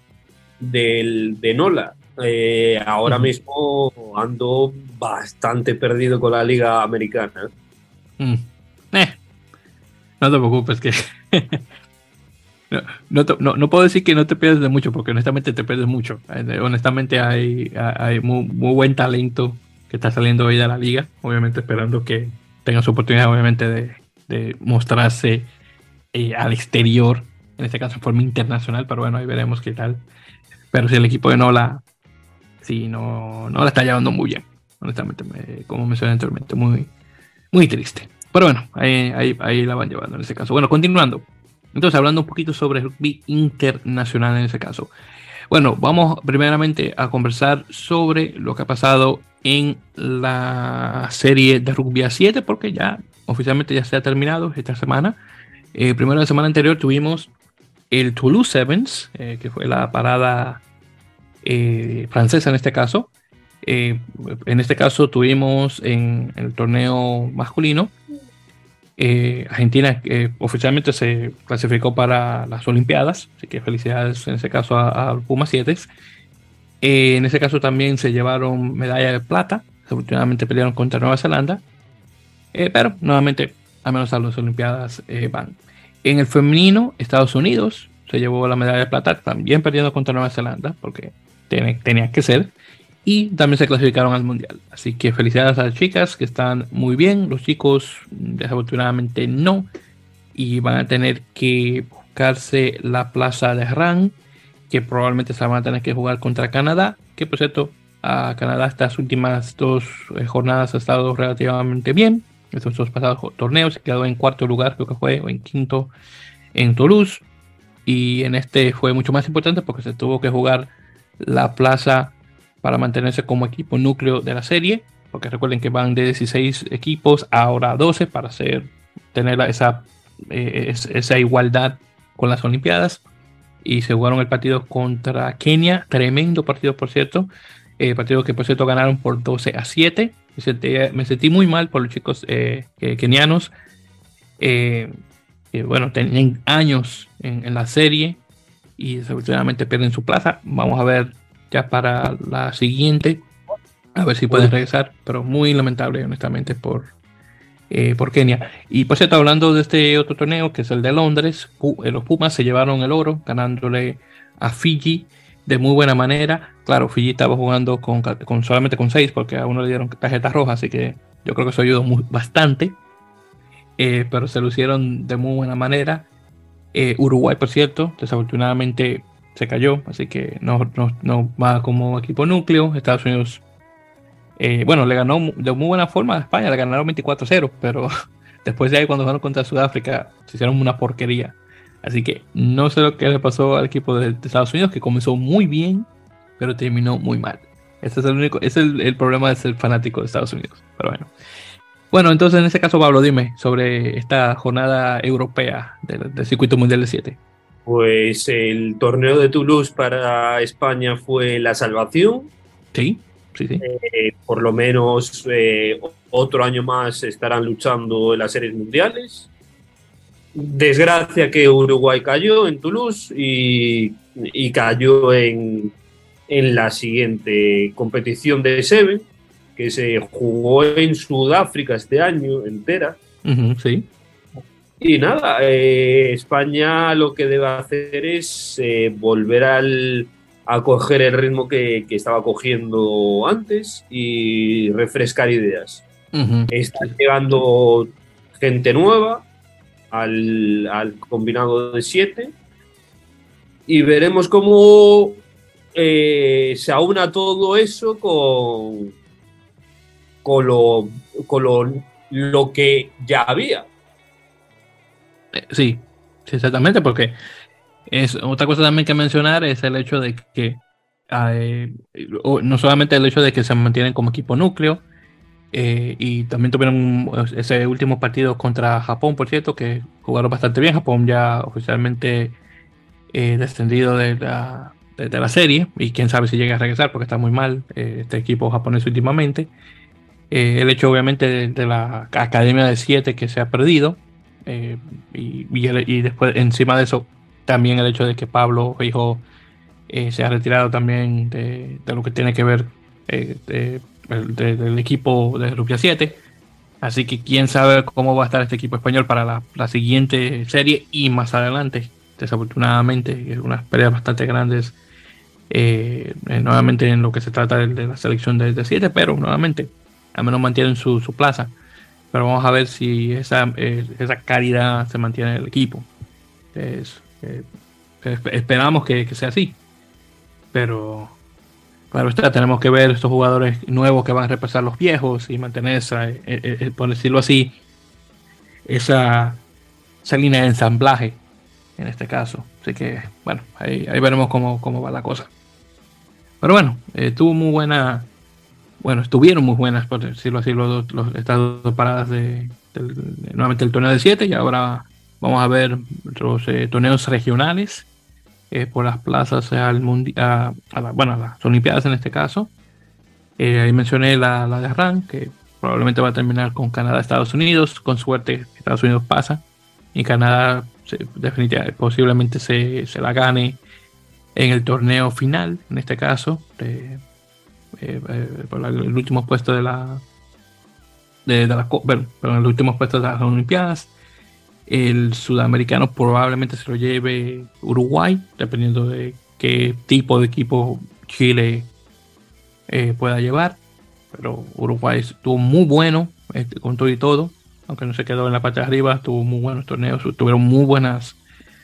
de, de Nola. Eh, ahora uh-huh. mismo ando bastante perdido con la liga americana. Mm. Eh, no te preocupes, que no, no, te, no, no puedo decir que no te pierdes de mucho, porque honestamente te pierdes mucho. Eh, honestamente hay, hay muy, muy buen talento que está saliendo hoy de la liga, obviamente esperando que tenga su oportunidad obviamente de, de mostrarse eh, al exterior, en este caso en forma internacional, pero bueno, ahí veremos qué tal. Pero si el equipo de Nola sí, no, no la está llevando muy bien, honestamente, me, como mencioné anteriormente, muy, muy triste. Pero bueno, ahí, ahí, ahí la van llevando en este caso. Bueno, continuando. Entonces, hablando un poquito sobre rugby internacional en ese caso. Bueno, vamos primeramente a conversar sobre lo que ha pasado en la serie de rugby a siete, porque ya oficialmente ya se ha terminado esta semana. Eh, primero, la semana anterior tuvimos el Toulouse Sevens, eh, que fue la parada eh, francesa en este caso. Eh, en este caso tuvimos en el torneo masculino eh, Argentina eh, oficialmente se clasificó para las Olimpiadas, así que felicidades en ese caso a, a Puma siete. Eh, en ese caso también se llevaron medalla de plata, desafortunadamente pelearon contra Nueva Zelanda, eh, pero nuevamente al menos a las Olimpiadas eh, van. En el femenino, Estados Unidos se llevó la medalla de plata, también perdiendo contra Nueva Zelanda, porque tenía, tenía que ser. Y también se clasificaron al mundial. Así que felicidades a las chicas que están muy bien. Los chicos desafortunadamente no. Y van a tener que buscarse la plaza de R A N que probablemente se van a tener que jugar contra Canadá, que por cierto, a Canadá estas últimas dos eh, jornadas ha estado relativamente bien. Estos dos pasados torneos se quedó en cuarto lugar, creo que fue, o en quinto en Toulouse. Y en este fue mucho más importante porque se tuvo que jugar la plaza para mantenerse como equipo núcleo de la serie, porque recuerden que van de dieciséis equipos ahora a doce para hacer, tener esa, eh, esa igualdad con las Olimpiadas. Y se jugaron el partido contra Kenia, tremendo partido por cierto, eh, partido que por cierto ganaron por doce a siete. Me sentí, me sentí muy mal por los chicos eh, kenianos, eh, que bueno, tenían años en, en la serie y desafortunadamente pierden su plaza. Vamos a ver ya para la siguiente, a ver si pueden regresar, pero muy lamentable honestamente por, eh, por Kenia. Y por cierto, hablando de este otro torneo que es el de Londres, los Pumas se llevaron el oro ganándole a Fiji de muy buena manera. Claro, Fiji estaba jugando con, con solamente con seis porque a uno le dieron tarjeta roja, así que yo creo que eso ayudó muy, bastante, eh, pero se lucieron de muy buena manera. Eh, Uruguay, por cierto, desafortunadamente se cayó, así que no, no, no va como equipo núcleo. Estados Unidos, eh, bueno, le ganó de muy buena forma a España, le ganaron veinticuatro a cero, pero después de ahí cuando fueron contra Sudáfrica se hicieron una porquería. Así que no sé lo que le pasó al equipo de, de Estados Unidos, que comenzó muy bien, pero terminó muy mal. Ese es el único, ese es el, el problema de ser fanático de Estados Unidos. Pero bueno. Bueno, entonces en este caso, Pablo, dime sobre esta jornada europea del, del circuito mundial de siete. Pues el torneo de Toulouse para España fue la salvación. Sí, sí, sí. Eh, por lo menos eh, otro año más estarán luchando en las series mundiales. Desgracia que Uruguay cayó en Toulouse y, y cayó en, en la siguiente competición de Seven, que se jugó en Sudáfrica este año entera. Uh-huh, sí. Y nada, eh, España lo que debe hacer es eh, volver al, a coger el ritmo que, que estaba cogiendo antes y refrescar ideas. Uh-huh. Está llegando gente nueva al, al combinado de siete y veremos cómo eh, se aúna todo eso con, con, lo, con lo, lo que ya había. Sí, sí, exactamente, porque es otra cosa también que mencionar es el hecho de que eh, no solamente el hecho de que se mantienen como equipo núcleo, eh, y también tuvieron ese último partido contra Japón, por cierto, que jugaron bastante bien. Japón ya oficialmente eh, descendido de la, de, de la serie, y quién sabe si llega a regresar porque está muy mal eh, este equipo japonés últimamente. Eh, el hecho obviamente de, de la Academia de siete que se ha perdido. Eh, y, y, el, y después encima de eso también el hecho de que Pablo Hijo eh, se ha retirado también de, de lo que tiene que ver eh, de, de, del equipo de Rupia siete, así que quién sabe cómo va a estar este equipo español para la, la siguiente serie y más adelante. Desafortunadamente unas pérdidas bastante grandes eh, eh, nuevamente en lo que se trata de, de la selección de siete, pero nuevamente al menos mantienen su, su plaza. Pero vamos a ver si esa, eh, esa calidad se mantiene en el equipo. Es, eh, esperamos que, que sea así. Pero, claro está, tenemos que ver estos jugadores nuevos que van a repasar los viejos y mantener esa, eh, eh, por decirlo así, esa, esa línea de ensamblaje en este caso. Así que, bueno, ahí, ahí veremos cómo, cómo va la cosa. Pero bueno, eh, tuvo muy buena... Bueno, estuvieron muy buenas, por decirlo así, los, los, estas dos paradas de, de, de nuevamente el torneo de siete, y ahora vamos a ver los eh, torneos regionales eh, por las plazas al mundi a, a la, bueno, a las Olimpiadas en este caso. Eh, ahí mencioné la, la de Arran, que probablemente va a terminar con Canadá, Estados Unidos. Con suerte, Estados Unidos pasa y Canadá se, definitivamente, posiblemente se, se la gane en el torneo final, en este caso. De, Eh, eh, por la, el último puesto de la de, de la bueno, pero el último puesto de las Olimpiadas. El sudamericano probablemente se lo lleve Uruguay, dependiendo de qué tipo de equipo Chile eh, pueda llevar, pero Uruguay estuvo muy bueno este, con todo y todo, aunque no se quedó en la parte de arriba. Tuvo muy buenos torneos, tuvieron muy buenas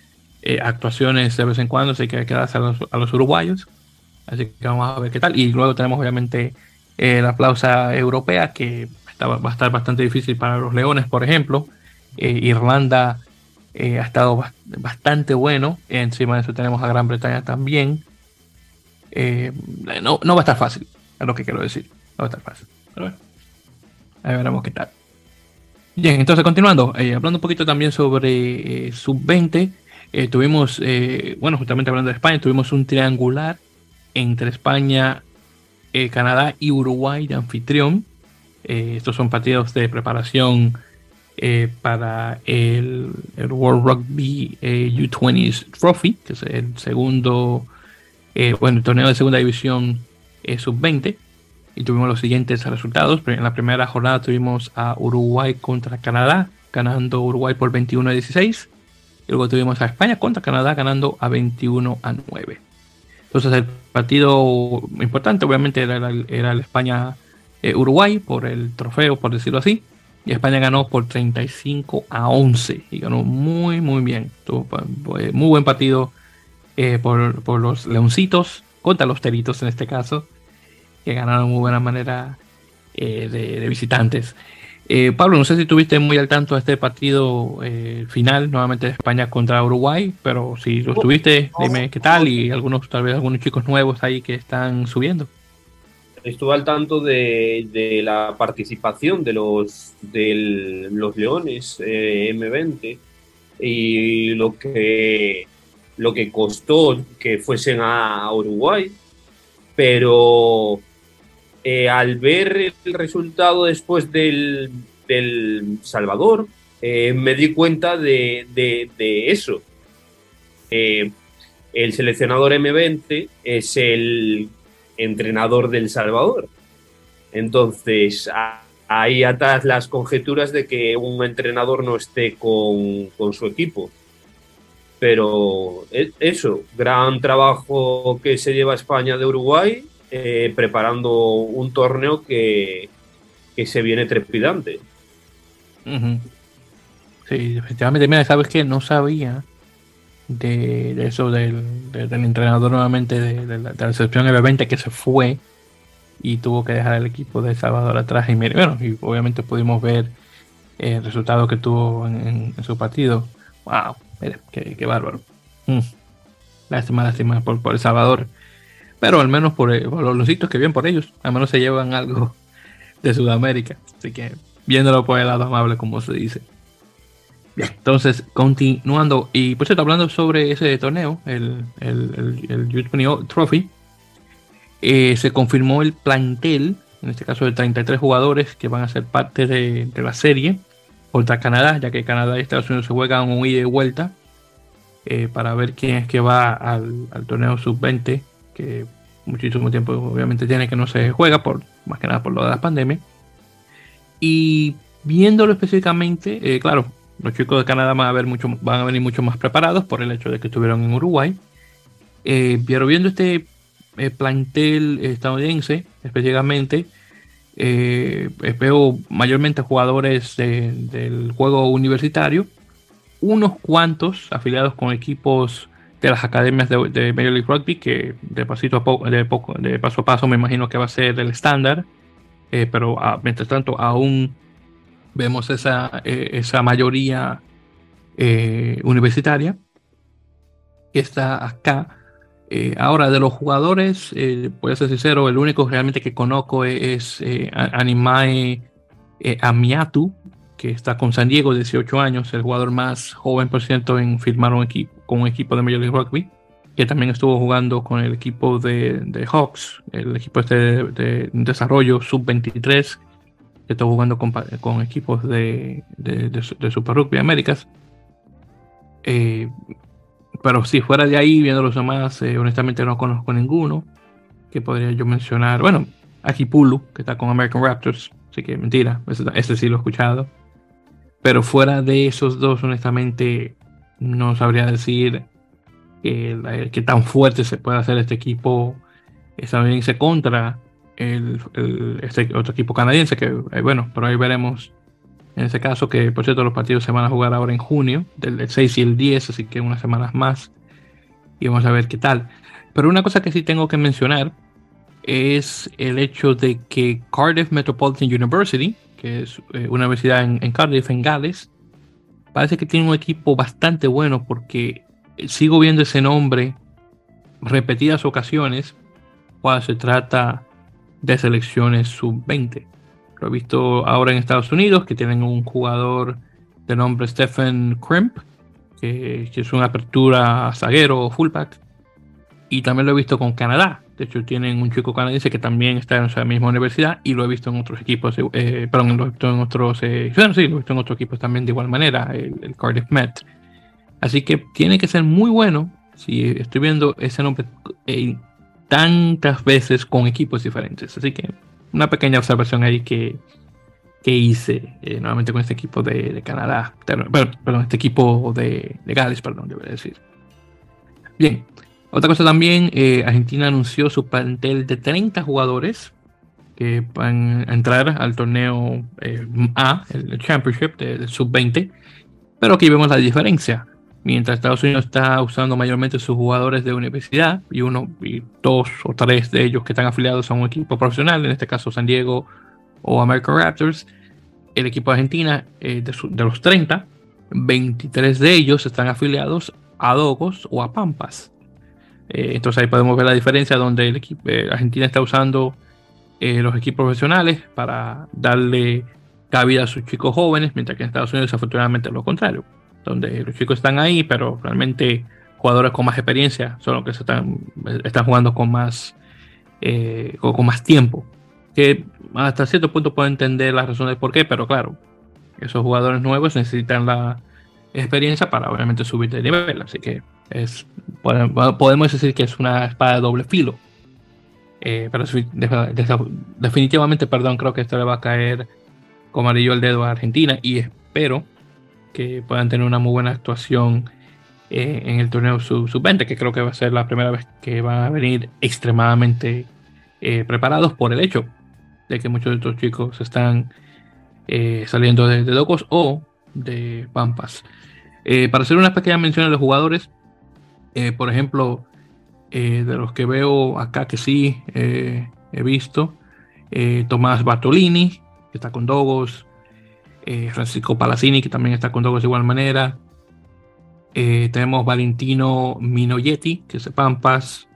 eh, actuaciones de vez en cuando, así que hay que darse a los, a los uruguayos. Así que vamos a ver qué tal. Y luego tenemos obviamente eh, la pausa europea, que está, va a estar bastante difícil para los Leones, por ejemplo. Eh, Irlanda eh, ha estado ba- bastante bueno. Encima de eso tenemos a Gran Bretaña también. Eh, no, no va a estar fácil, es lo que quiero decir. No va a estar fácil. Pero bueno, ahí veremos qué tal. Bien, entonces continuando, eh, hablando un poquito también sobre eh, sub veinte, eh, tuvimos, eh, bueno, justamente hablando de España, tuvimos un triangular entre España, eh, Canadá y Uruguay de anfitrión. Eh, estos son partidos de preparación eh, para el, el World Rugby eh, U veinte Trophy, que es el segundo, eh, bueno, el torneo de segunda división eh, sub veinte. Y tuvimos los siguientes resultados. En la primera jornada tuvimos a Uruguay contra Canadá, ganando Uruguay por veintiuno a dieciséis. Y luego tuvimos a España contra Canadá, ganando a veintiuno a nueve. Entonces el partido importante obviamente era, el, era el España-Uruguay eh, por el trofeo, por decirlo así. Y España ganó por treinta y cinco a once. Y ganó muy, muy bien. Tuvo muy buen partido eh, por, por los Leoncitos, contra los Teritos en este caso, que ganaron de muy buena manera eh, de, de visitantes. Eh, Pablo, no sé si estuviste muy al tanto de este partido eh, final, nuevamente de España contra Uruguay, pero si lo estuviste, dime qué tal, y algunos, tal vez algunos chicos nuevos ahí que están subiendo. Estuve al tanto de, de la participación de los, de los Leones eh, eme veinte y lo que, lo que costó que fuesen a Uruguay, pero Eh, al ver el resultado después del, del Salvador, eh, me di cuenta de, de, de eso. Eh, el seleccionador eme veinte es el entrenador del Salvador. Entonces, a, ahí atas las conjeturas de que un entrenador no esté con, con su equipo. Pero eso, gran trabajo que se lleva España de Uruguay. Eh, preparando un torneo que, que se viene trepidante. Uh-huh. Sí, efectivamente, mira, sabes que no sabía de, de eso del, de, del entrenador nuevamente de, de, la, de la selección eme veinte que se fue y tuvo que dejar el equipo de Salvador atrás. Y mire, bueno, y obviamente pudimos ver el resultado que tuvo en, en, en su partido. Wow, mire, qué, qué bárbaro. Mm. Lástima, lástima por, por El Salvador. Pero al menos por, por los lositos, que bien por ellos, al menos se llevan algo de Sudamérica. Así que viéndolo por el lado amable, como se dice. Bien, entonces continuando. Y por cierto, hablando sobre ese torneo, el, el, el, el U veinte Trophy, eh, se confirmó el plantel, en este caso de treinta y tres jugadores que van a ser parte de, de la serie contra Canadá, ya que Canadá y Estados Unidos se juegan un ida y vuelta eh, para ver quién es que va al, al torneo sub veinte, que muchísimo tiempo obviamente tiene que no se juega, por más que nada por lo de la pandemia. Y viéndolo específicamente, eh, claro, los chicos de Canadá van a, ver mucho, van a venir mucho más preparados por el hecho de que estuvieron en Uruguay. Eh, pero viendo este eh, plantel estadounidense específicamente, eh, veo mayormente jugadores de, del juego universitario, unos cuantos afiliados con equipos de las academias de, de Major League Rugby, que de, pasito a poco, de, poco, de paso a paso me imagino que va a ser el estándar, eh, pero a, mientras tanto aún vemos esa, eh, esa mayoría eh, universitaria que está acá. Eh, ahora, de los jugadores, eh, voy a ser sincero, el único realmente que conozco es eh, Animae eh, Amiatu, que está con San Diego, dieciocho años, el jugador más joven por ciento en firmar un equipo con un equipo de Major League Rugby, que también estuvo jugando con el equipo de, de Hawks, el equipo este de, de desarrollo sub veintitrés, que estuvo jugando con, con equipos de, de, de, de Super Rugby Américas. Eh, pero si fuera de ahí, viendo los demás, eh, honestamente no conozco ninguno. Que podría yo mencionar, bueno, Akipulu, que está con American Raptors, así que mentira, ese, ese sí lo he escuchado. Pero fuera de esos dos, honestamente, no sabría decir que, que tan fuerte se puede hacer este equipo estadounidense contra el, el, este otro equipo canadiense, que eh, bueno, pero ahí veremos en ese caso, que por cierto los partidos se van a jugar ahora en junio, del seis y el diez, así que unas semanas más, y vamos a ver qué tal. Pero una cosa que sí tengo que mencionar es el hecho de que Cardiff Metropolitan University, que es eh, una universidad en, en Cardiff, en Gales, parece que tiene un equipo bastante bueno, porque sigo viendo ese nombre repetidas ocasiones cuando se trata de selecciones sub veinte. Lo he visto ahora en Estados Unidos, que tienen un jugador de nombre Stephen Crimp, que, que es una apertura zaguero o fullback, y también lo he visto con Canadá. De hecho, tienen un chico canadiense que también está en esa misma universidad, y lo he visto en otros equipos, eh, perdón, lo he visto en otros, eh, bueno, sí, lo he visto en otros equipos también de igual manera, el, el Cardiff Met. Así que tiene que ser muy bueno si estoy viendo ese nombre eh, tantas veces con equipos diferentes. Así que una pequeña observación ahí que, que hice eh, nuevamente con este equipo de, de Canadá, perdón, perdón, este equipo de, de Gales, perdón, debería decir. Bien, otra cosa también, eh, Argentina anunció su plantel de treinta jugadores que van a entrar al torneo eh, A, el Championship del sub veinte, pero aquí vemos la diferencia. Mientras Estados Unidos está usando mayormente sus jugadores de universidad, y uno y dos o tres de ellos que están afiliados a un equipo profesional, en este caso San Diego o American Raptors, el equipo de Argentina, eh, de, su, de los treinta, veintitrés de ellos están afiliados a Dogos o a Pampas. Eh, entonces ahí podemos ver la diferencia, donde el equipo, eh, Argentina está usando eh, los equipos profesionales para darle cabida a sus chicos jóvenes, mientras que en Estados Unidos afortunadamente es lo contrario, donde los chicos están ahí, pero realmente jugadores con más experiencia son los que se están, están jugando con más, eh, con, con más tiempo. Que hasta cierto punto puedo entender las razones por qué, pero claro, esos jugadores nuevos necesitan la experiencia para obviamente subir de nivel. Así que es, podemos decir que es una espada de doble filo. Eh, pero definitivamente, perdón, creo que esto le va a caer como anillo al dedo a Argentina, y espero que puedan tener una muy buena actuación eh, en el torneo sub veinte, que creo que va a ser la primera vez que van a venir extremadamente eh, preparados, por el hecho de que muchos de estos chicos están eh, saliendo de, de Dogos o de Pampas. Eh, para hacer una pequeña mención a los jugadores, eh, por ejemplo, eh, de los que veo acá que sí eh, he visto, eh, Tomás Bartolini, que está con Dogos, Eh, Francisco Palazzini, que también está con Dogos de igual manera. Eh, tenemos Valentino Minoyetti, que es de Pampas.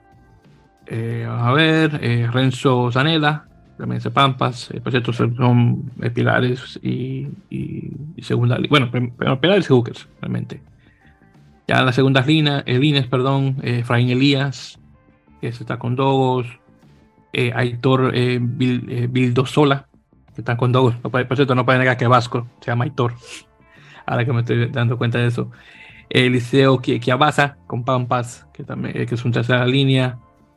Eh, a ver, eh, Renzo Zanella, también es de Pampas. Eh, por cierto, son eh, pilares y, y, y segunda. Bueno, primero pilares y hookers, realmente. Ya en las segundas líneas, eh, líneas perdón, eh, Efraín Elías, que está con Dogos. Eh, Aitor eh, Vildosola, que están con Dogos. Por cierto, no puede negar que Vasco se llama Aitor, ahora que me estoy dando cuenta de eso. Eliseo Chiabaza con Pampas, que también que es un tercera línea.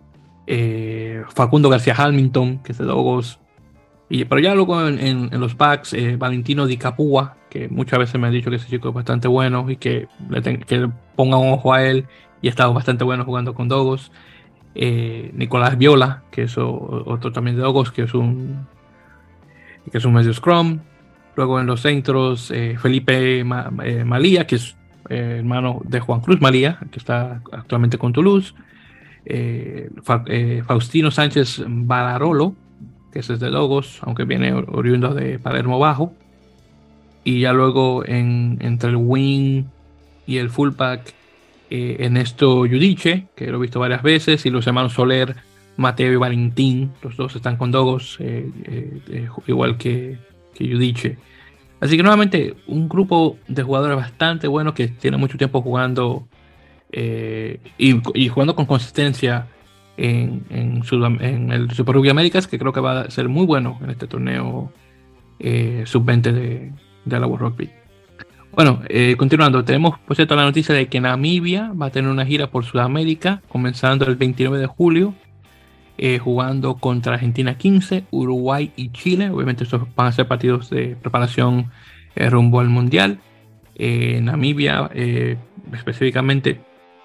Eh, Facundo García Hamilton, que es de Dogos. Y, pero ya luego en, en, en los backs, eh, Valentino Di Capua, que muchas veces me han dicho que ese chico es bastante bueno y que le, ten, que le ponga un ojo a él, y ha estado bastante bueno jugando con Dogos. Eh, Nicolás Viola, que es o, otro también de Dogos, que es un que es un medio scrum. Luego en los centros, eh, Felipe Ma, eh, Malía, que es eh, hermano de Juan Cruz Malía, que está actualmente con Toulouse. Eh, Fa, eh, Faustino Sánchez Balarolo, que es de Dogos, aunque viene oriundo de Palermo Bajo. Y ya luego en, entre el wing y el fullback, eh, Ernesto Yudiche, que lo he visto varias veces, y los hermanos Soler, Mateo y Valentín, los dos están con Dogos, eh, eh, eh, igual que, que Yudiche. Así que nuevamente un grupo de jugadores bastante buenos que tienen mucho tiempo jugando eh, y, y jugando con consistencia en, en, Sud en el Super Rugby Américas, que creo que va a ser muy bueno en este torneo eh, sub veinte de, de la World Rugby. Bueno, eh, continuando, tenemos por cierto la noticia de que Namibia va a tener una gira por Sudamérica comenzando el veintinueve de julio. Eh, jugando contra Argentina quince, Uruguay y Chile. Obviamente estos van a ser partidos de preparación eh, rumbo al Mundial. Eh, Namibia eh, específicamente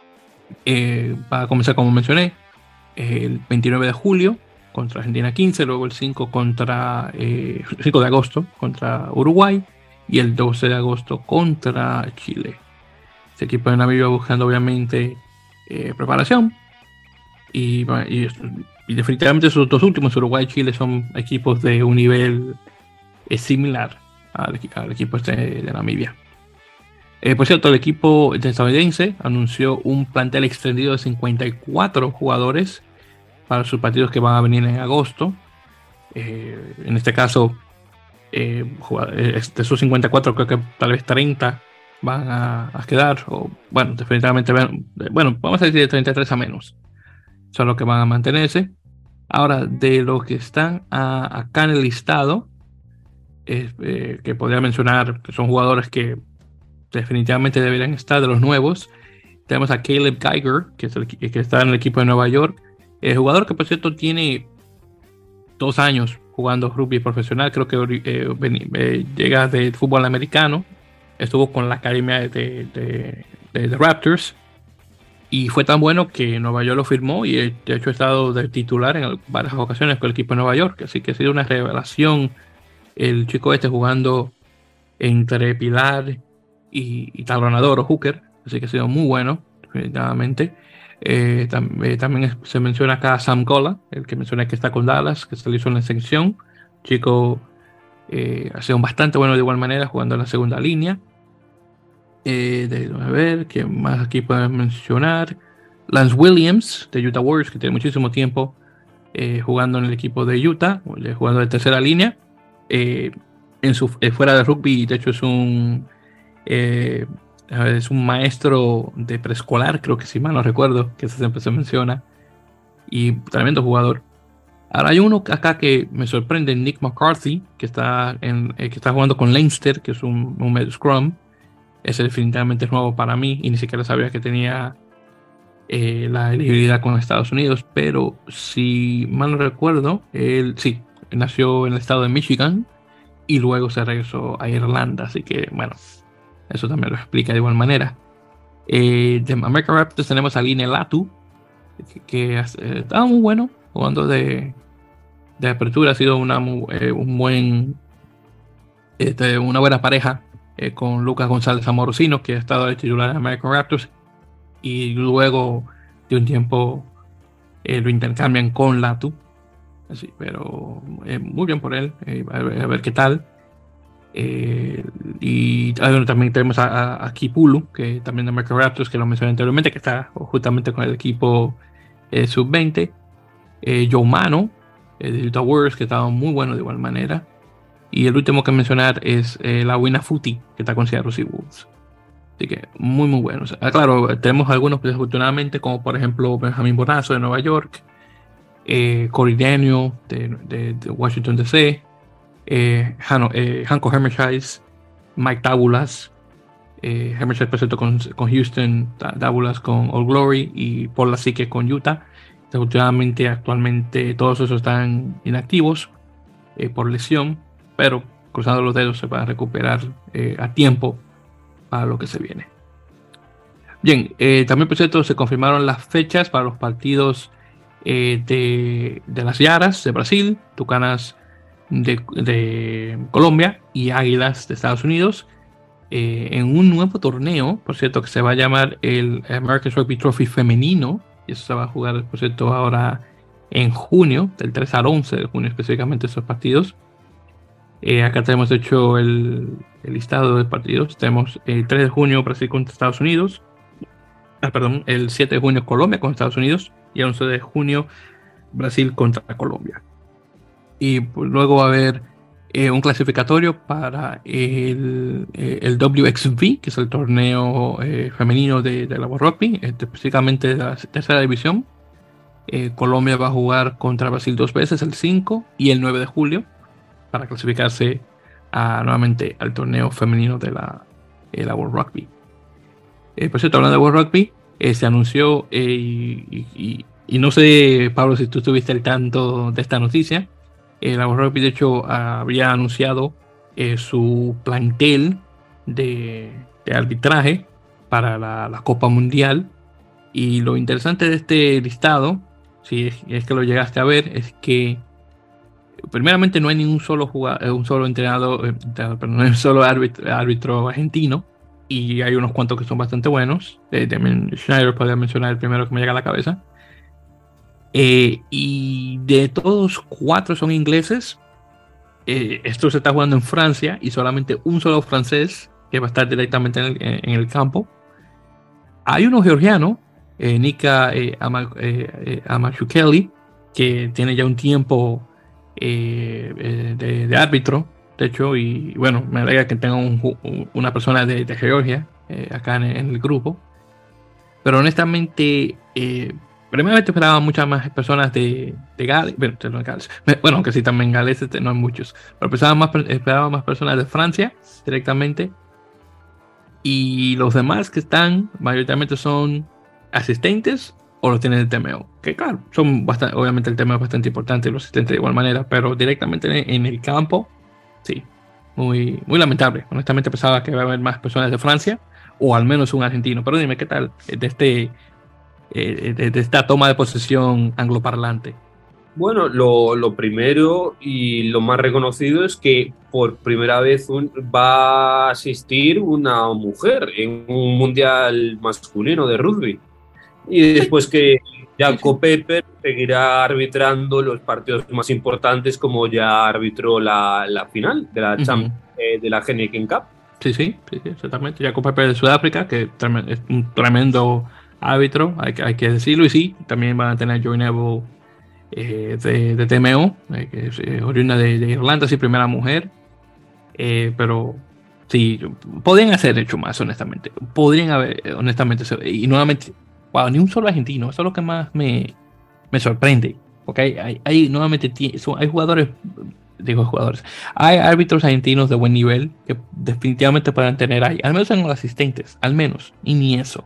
eh, va a comenzar, como mencioné, eh, el veintinueve de julio contra Argentina quince, luego el cinco, contra, eh, cinco de agosto contra Uruguay, y el doce de agosto contra Chile. Este equipo de Namibia buscando obviamente eh, preparación y, y, y definitivamente esos dos últimos, Uruguay y Chile, son equipos de un nivel eh, similar al, al equipo este de Namibia. Eh, por cierto, el equipo estadounidense anunció un plantel extendido de cincuenta y cuatro jugadores para sus partidos que van a venir en agosto. Eh, en este caso, eh, de esos cincuenta y cuatro, creo que tal vez treinta van a, a quedar, o bueno, definitivamente, bueno, vamos a decir de treinta y tres a menos, son los que van a mantenerse. Ahora, de los que están a, acá en el listado, eh, eh, que podría mencionar que son jugadores que definitivamente deberían estar, de los nuevos, tenemos a Caleb Geiger, que, es el, que está en el equipo de Nueva York, el jugador que por cierto tiene dos años jugando rugby profesional, creo que eh, eh, llega del fútbol americano, estuvo con la academia de, de, de, de Raptors y fue tan bueno que Nueva York lo firmó y de hecho ha estado de titular en varias ocasiones con el equipo de Nueva York, así que ha sido una revelación el chico este jugando entre pilar y, y talonador o hooker, así que ha sido muy bueno definitivamente. Eh, tam, eh, también se menciona acá a Sam Gola, el que mencioné que está con Dallas, que se le hizo en la extensión. Chico eh, ha sido bastante bueno de igual manera jugando en la segunda línea. Eh, de, a ver, ¿qué más aquí podemos mencionar? Lance Williams de Utah Warriors, que tiene muchísimo tiempo eh, jugando en el equipo de Utah, jugando de tercera línea. Eh, en su, eh, fuera de rugby, de hecho es un eh, es un maestro de preescolar, creo que si mal no recuerdo, que siempre se menciona, y tremendo jugador. Ahora hay uno acá que me sorprende, Nick McCarthy, que está, en, eh, que está jugando con Leinster, que es un, un medio scrum. Ese definitivamente es nuevo para mí y ni siquiera sabía que tenía eh, la elegibilidad con Estados Unidos, pero si mal no recuerdo, él sí, nació en el estado de Michigan y luego se regresó a Irlanda, así que bueno, eso también lo explica de igual manera. Eh, de American Raptors tenemos a Line Latu, que, que eh, está muy bueno jugando de, de apertura, ha sido una, eh, un buen, este, una buena pareja eh, con Lucas González Amorosino, que ha estado de titular en American Raptors, y luego de un tiempo eh, lo intercambian con Latu, así, pero eh, muy bien por él, eh, a, ver, a ver qué tal. Eh, y bueno, también tenemos a, a, a Kipulu, que también de American Raptors, que lo mencioné anteriormente, que está justamente con el equipo eh, sub veinte. eh, Joe Mano eh, de Utah Warriors, que estaba muy bueno de igual manera. Y el último que mencionar es eh, la Wina Futi, que está con Seattle Seahawks. Así que muy muy bueno. O sea, claro, tenemos algunos desafortunadamente, como por ejemplo Benjamin Bonazo de Nueva York, eh, Corey Daniel de, de, de Washington D C, Eh, Hano, eh, Hanko Hermeshais, Mike Tabulas, eh, Hermeshais presentó con, con Houston, Tabulas con All Glory y Paul Lasike con Utah. Desafortunadamente, actualmente todos esos están inactivos eh, por lesión, pero cruzando los dedos se van a recuperar eh, a tiempo para lo que se viene. Bien, eh, también por cierto se confirmaron las fechas para los partidos eh, de, de las Yaras de Brasil, Tucanas De, de Colombia y Águilas de Estados Unidos eh, en un nuevo torneo, por cierto, que se va a llamar el American Rugby Trophy femenino, y eso se va a jugar, por cierto, ahora en junio, del tres al once de junio específicamente esos partidos. Eh, acá tenemos hecho el, el listado de partidos. Tenemos el tres de junio Brasil contra Estados Unidos, ah, perdón, el siete de junio Colombia contra Estados Unidos y el once de junio Brasil contra Colombia. Y pues luego va a haber eh, un clasificatorio para el, eh, el W X V, que es el torneo eh, femenino de, de la World Rugby, específicamente de la tercera división. Eh, Colombia va a jugar contra Brasil dos veces, el cinco y el nueve de julio, para clasificarse a, nuevamente al torneo femenino de la, de la World Rugby. Eh, por cierto, hablando de World Rugby, eh, se anunció, eh, y, y, y no sé, Pablo, si tú estuviste al tanto de esta noticia. Eh, la World Rugby de hecho había anunciado eh, su plantel de, de arbitraje para la, la Copa Mundial, y lo interesante de este listado, si es, es que lo llegaste a ver, es que primeramente no hay ningún solo jugador, un solo entrenador, eh, perdón, no hay un solo árbitro, árbitro argentino, y hay unos cuantos que son bastante buenos. Eh, también Schneider podría mencionar el primero que me llega a la cabeza. Eh, y de todos, cuatro son ingleses. Eh, esto se está jugando en Francia y solamente un solo francés que va a estar directamente en el, en el campo. Hay uno georgiano, eh, Nika eh, Ama, eh, eh, Amachukeli, que tiene ya un tiempo eh, eh, de, de árbitro, de hecho, y bueno, me alegra que tenga un, una persona de, de Georgia eh, acá en, en el grupo. Pero honestamente, eh, primeramente esperaba muchas más personas de, de Gales, bueno, de Gales. Bueno, aunque sí también Gales este, no hay muchos, pero esperaba más, esperaba más personas de Francia directamente. Y los demás que están, mayoritariamente son asistentes o los tienen el T M O. Que claro, son bastante, obviamente el T M O es bastante importante y los asistentes de igual manera, pero directamente en, en el campo, sí, muy, muy lamentable. Honestamente pensaba que iba a haber más personas de Francia o al menos un argentino. Pero dime, ¿qué tal de, este, eh, de, de esta toma de posesión angloparlante? Bueno, lo, lo primero y lo más reconocido es que por primera vez un, va a asistir una mujer en un mundial masculino de rugby. Y después que Jaco Pepper seguirá arbitrando los partidos más importantes, como ya arbitró la, la final de la, uh-huh. eh, de la Heineken Cup. Sí, sí, sí, sí, exactamente. Jaco Pepper de Sudáfrica, que es un tremendo árbitro, hay que, hay que decirlo. Y sí, también van a tener Joy Neville eh, de, de T M O, eh, que es eh, oriunda de, de Irlanda, sí, primera mujer. Eh, pero sí, podrían haber hecho más, honestamente. Podrían haber, honestamente, y nuevamente, wow, ni un solo argentino. Eso es lo que más me, me sorprende. Porque hay, hay, hay nuevamente, son, hay jugadores, digo jugadores, hay árbitros argentinos de buen nivel que definitivamente pueden tener ahí, al menos en los asistentes, al menos, y ni eso.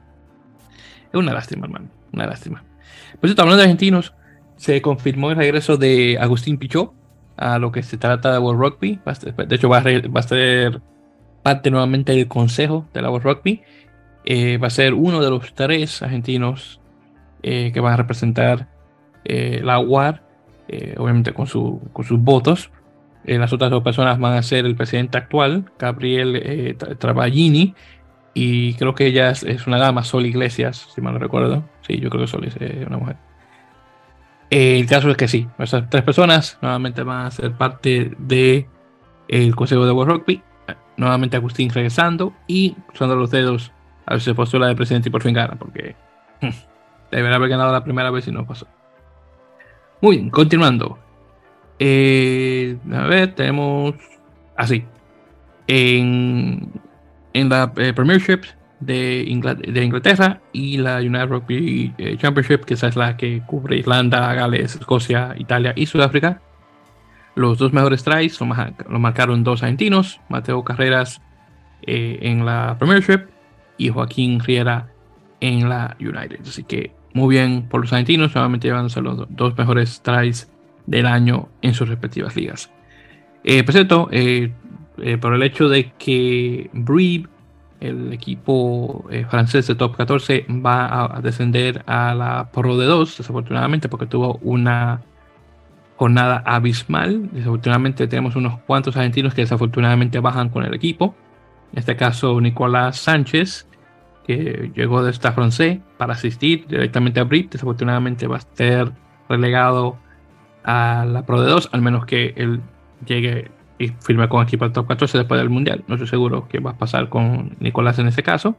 Es una lástima, hermano, una lástima. Por cierto, hablando de argentinos, se confirmó el regreso de Agustín Pichot a lo que se trata de World Rugby. De hecho, va a, re, va a ser parte nuevamente del consejo de la World Rugby. Eh, va a ser uno de los tres argentinos eh, que van a representar eh, la U A R, eh, obviamente con, su, con sus votos. Eh, las otras dos personas van a ser el presidente actual, Gabriel eh, Travaglini, y creo que ella es, es una dama, Sol Iglesias, si mal no recuerdo. Sí, yo creo que Sol es eh, una mujer. Eh, el caso es que sí, esas tres personas nuevamente van a ser parte del de Consejo de World Rugby. Nuevamente Agustín regresando y cruzando los dedos a ver si se postula de presidente y por fin gana, porque debería haber ganado la primera vez y no pasó. Muy bien, continuando. Eh, a ver, tenemos así. En, en la eh, Premiership de, Ingl de Inglaterra y la United Rugby eh, Championship, que esa es la que cubre Irlanda, Gales, Escocia, Italia y Sudáfrica. Los dos mejores tries lo, lo marcaron dos argentinos, Mateo Carreras eh, en la Premiership y Joaquín Riera en la United. Así que muy bien por los argentinos, nuevamente llevándose los dos mejores tries del año en sus respectivas ligas. Eh, por cierto, eh, eh, por el hecho de que Brive, el equipo eh, francés de top catorce, va a, a descender a la Pro D dos, desafortunadamente, porque tuvo una jornada abismal. Desafortunadamente tenemos unos cuantos argentinos que desafortunadamente bajan con el equipo. En este caso, Nicolás Sánchez, que llegó de esta francés para asistir directamente a Brive, desafortunadamente va a ser relegado a la Pro D dos, al menos que él llegue y firme con equipo al top catorce después del Mundial. No estoy seguro qué va a pasar con Nicolás en ese caso.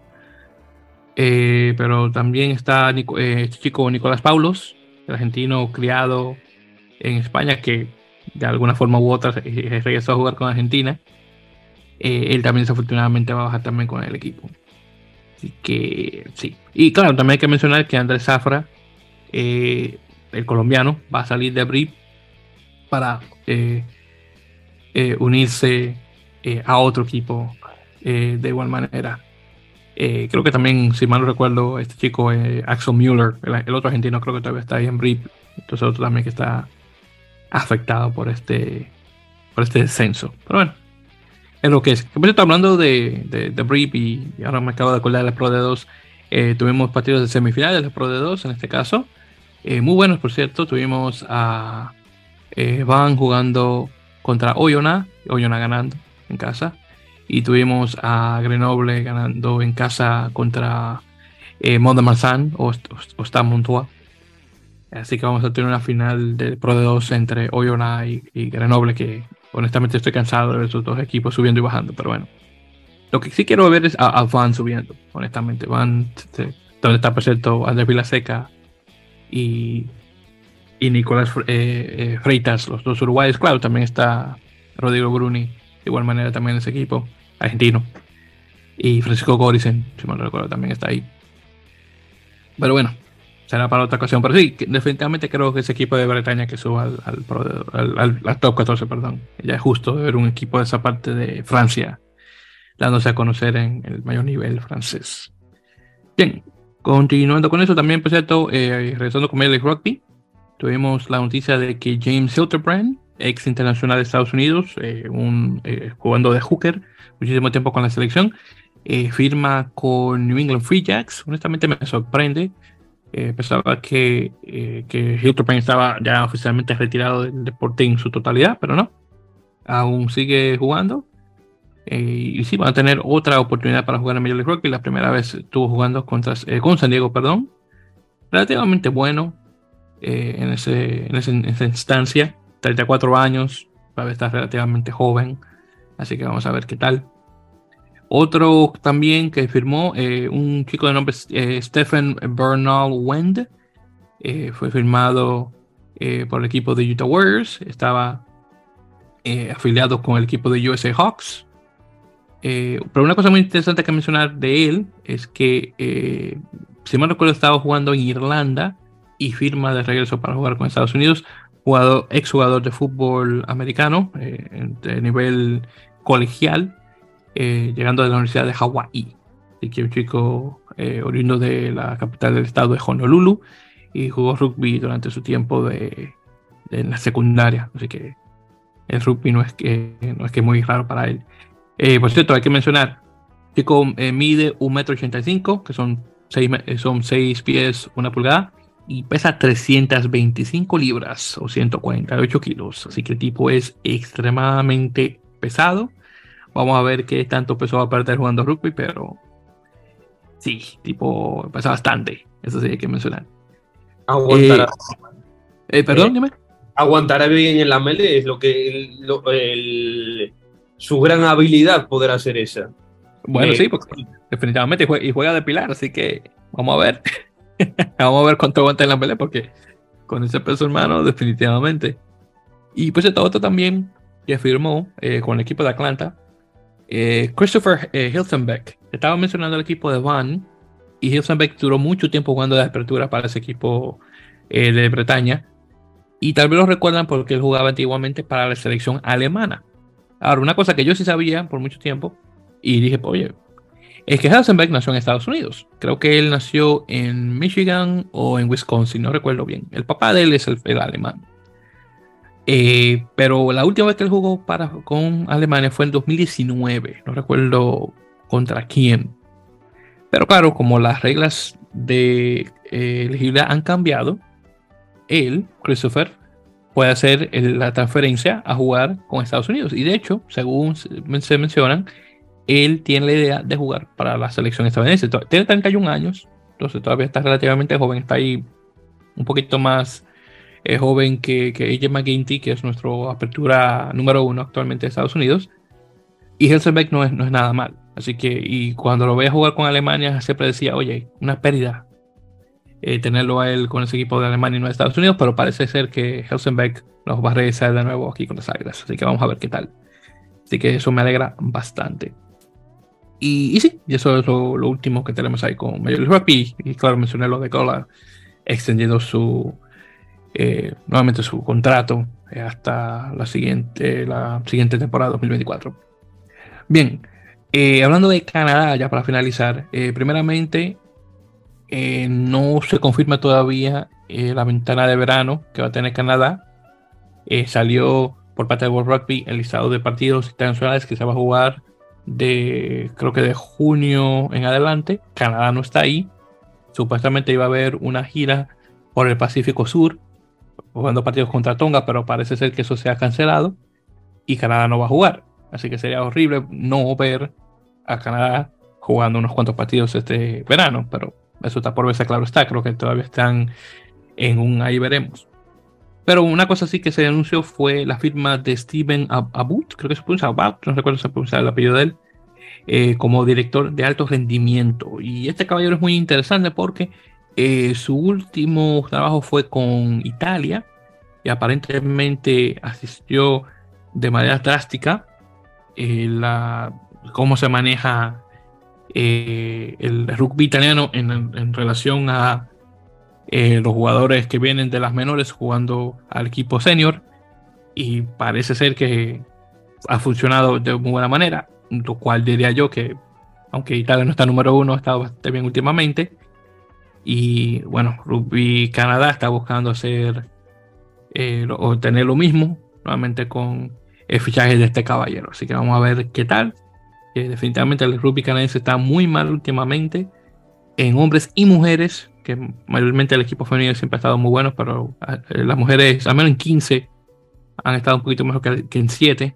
Eh, pero también está Nico, eh, este chico Nicolás Paulos, el argentino criado en España, que de alguna forma u otra regresó a jugar con Argentina. Eh, él también desafortunadamente va a bajar también con el equipo. Así que sí. Y claro, también hay que mencionar que Andrés Zafra, eh, el colombiano, va a salir de Brive para eh, eh, unirse eh, a otro equipo eh, de igual manera. Eh, creo que también, si mal no recuerdo, este chico, eh, Axel Müller, el, el otro argentino, creo que todavía está ahí en Brive. Entonces otro también que está afectado por este por este descenso. Pero bueno, es lo que es. Por cierto, hablando de, de, de Brive, y, y ahora me acabo de acordar de la Pro D dos, eh, tuvimos partidos de semifinales de la Pro D dos en este caso. Eh, muy buenos, por cierto. Tuvimos a eh, van jugando contra Oyonnax, Oyonnax ganando en casa. Y tuvimos a Grenoble ganando en casa contra eh, Mont-de-Marsan o, o, o Stade Montois. Así que vamos a tener una final de Pro de dos entre Oyonnax y, y Grenoble, que honestamente estoy cansado de ver esos dos equipos subiendo y bajando, pero bueno. Lo que sí quiero ver es a, a Van subiendo, honestamente. Van, este, donde está presente Andrés Vilaseca y, y Nicolás eh, eh, Freitas, los dos uruguayos. Claro, también está Rodrigo Bruni, de igual manera también en ese equipo, argentino. Y Francisco Gorisen, si mal no recuerdo, también está ahí. Pero bueno, será para otra ocasión. Pero sí, definitivamente creo que ese equipo de Bretaña que suba al, al, al, al, al top catorce, perdón. Ya es justo ver un equipo de esa parte de Francia dándose a conocer en el mayor nivel francés. Bien, continuando con eso, también, por cierto, eh, regresando con Major League Rugby, tuvimos la noticia de que James Hildebrand, ex internacional de Estados Unidos, eh, un, eh, jugando de hooker muchísimo tiempo con la selección, eh, firma con New England Free Jacks. Honestamente me sorprende. Eh, pensaba que, eh, que Hildebrand estaba ya oficialmente retirado del deporte en su totalidad, pero no, aún sigue jugando. Eh, y sí, van a tener otra oportunidad para jugar en Major League Rugby. La primera vez estuvo jugando contra, eh, con San Diego, perdón. Relativamente bueno eh, en, ese, en, ese, en esa instancia. treinta y cuatro años, todavía está relativamente joven. Así que vamos a ver qué tal. Otro también que firmó, eh, un chico de nombre eh, Stephen Bernal Wend. Eh, fue firmado eh, por el equipo de Utah Warriors. Estaba eh, afiliado con el equipo de U S A Hawks. Eh, pero una cosa muy interesante que mencionar de él es que, eh, si mal recuerdo, estaba jugando en Irlanda y firma de regreso para jugar con Estados Unidos. Jugador, exjugador de fútbol americano eh, de nivel colegial, eh, llegando de la Universidad de Hawái. Así que un chico eh, oriundo de la capital del estado de Honolulu y jugó rugby durante su tiempo de, de en la secundaria. Así que el rugby no es que no es que muy raro para él. Eh, por cierto, hay que mencionar, chico eh, mide un metro ochenta y cinco, que son seis, son seis pies, una pulgada, y pesa trescientas veinticinco libras o ciento cuarenta y ocho kilos. Así que el tipo es extremadamente pesado. Vamos a ver qué tanto peso va a perder jugando rugby, pero sí, tipo pesa bastante. Eso sí hay que mencionar. Aguantará. Eh, eh, perdón, eh, dime. Aguantará bien en la melee, es lo que el, lo, el, su gran habilidad poder hacer esa. Bueno, Me... sí, porque definitivamente juega, y juega de pilar, así que vamos a ver. Vamos a ver cuánto aguanta en la pelea, porque con ese peso hermano, definitivamente. Y pues todo esto también que firmó eh, con el equipo de Atlanta, eh, Christopher eh, Hilsenbeck. Estaba mencionando el equipo de Van, y Hilsenbeck duró mucho tiempo jugando de apertura para ese equipo eh, de Bretaña. Y tal vez lo recuerdan porque él jugaba antiguamente para la selección alemana. Ahora, una cosa que yo sí sabía por mucho tiempo, y dije, oye, es que Hilsenbeck nació en Estados Unidos. Creo que él nació en Michigan o en Wisconsin, no recuerdo bien. El papá de él es el, el alemán. Eh, pero la última vez que él jugó para, con Alemania fue en dos mil diecinueve. No recuerdo contra quién. Pero claro, como las reglas de eh, elegibilidad han cambiado, él, Christopher, puede hacer el, la transferencia a jugar con Estados Unidos. Y de hecho, según se mencionan, él tiene la idea de jugar para la selección estadounidense. Tiene treinta y un años, entonces todavía está relativamente joven. Está ahí un poquito más eh, joven que, que A J McGinty, que es nuestro apertura número uno actualmente de Estados Unidos. Y Hilsenbeck no es, no es nada mal. Así que, y cuando lo veía jugar con Alemania, siempre decía, oye, una pérdida eh, tenerlo a él con ese equipo de Alemania y no de Estados Unidos, pero parece ser que Hilsenbeck nos va a regresar de nuevo aquí con las Águilas. Así que vamos a ver qué tal. Así que eso me alegra bastante. Y, y sí, y eso es lo, lo último que tenemos ahí con Major League Rugby. Y claro, mencioné lo de Gola extendiendo su eh, nuevamente su contrato eh, hasta la siguiente, la siguiente temporada dos mil veinticuatro. Bien, eh, hablando de Canadá, ya para finalizar, eh, primeramente eh, no se confirma todavía eh, la ventana de verano que va a tener Canadá. Eh, salió por parte de World Rugby el listado de partidos internacionales que se va a jugar de, creo que de junio en adelante. Canadá no está ahí. Supuestamente iba a haber una gira por el Pacífico Sur, jugando partidos contra Tonga, pero parece ser que eso se ha cancelado y Canadá no va a jugar. Así que sería horrible no ver a Canadá jugando unos cuantos partidos este verano, pero eso está por verse, claro está. Creo que todavía están en un ahí veremos. Pero una cosa sí que se anunció fue la firma de Steven Abboud, creo que se pronuncia Abboud, no recuerdo si se pronuncia el apellido de él, eh, como director de alto rendimiento. Y este caballero es muy interesante porque eh, su último trabajo fue con Italia y aparentemente asistió de manera drástica eh, la, cómo se maneja eh, el rugby italiano en, en relación a eh, los jugadores que vienen de las menores jugando al equipo senior, y parece ser que ha funcionado de muy buena manera, lo cual diría yo que aunque Italia no está número uno, ha estado bastante bien últimamente. Y bueno, Rugby Canadá está buscando hacer eh, o tener lo mismo nuevamente con el fichaje de este caballero, así que vamos a ver qué tal. Eh, definitivamente el rugby canadiense está muy mal últimamente en hombres y mujeres, que mayormente el equipo femenino siempre ha estado muy bueno, pero eh, las mujeres, al menos en quince, han estado un poquito mejor que, que en siete.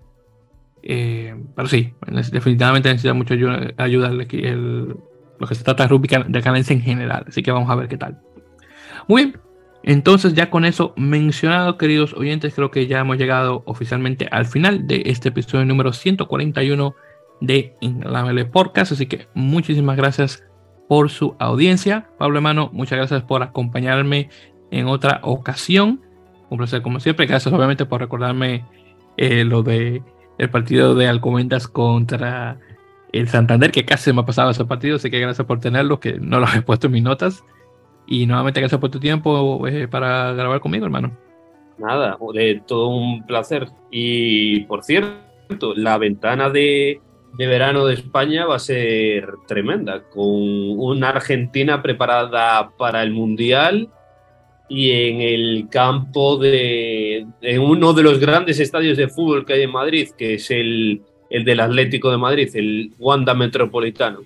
Eh, pero sí, definitivamente necesita mucho ayuda, ayuda el, el, lo que se trata de rugby de canadiense en general, así que vamos a ver qué tal. Muy bien, entonces ya con eso mencionado, queridos oyentes, creo que ya hemos llegado oficialmente al final de este episodio número ciento cuarenta y uno de la M L B Podcast, así que muchísimas gracias por su audiencia. Pablo Hermano, muchas gracias por acompañarme en otra ocasión, un placer como siempre. Gracias obviamente por recordarme eh, lo de el partido de Alcobendas contra el Santander, que casi me ha pasado ese partido, así que gracias por tenerlo, que no lo he puesto en mis notas. Y nuevamente gracias por tu tiempo eh, para grabar conmigo, hermano. Nada, de todo un placer. Y por cierto, la ventana de, de verano de España va a ser tremenda, con una Argentina preparada para el Mundial y en el campo de, de uno de los grandes estadios de fútbol que hay en Madrid, que es el, el del Atlético de Madrid, el Wanda Metropolitano.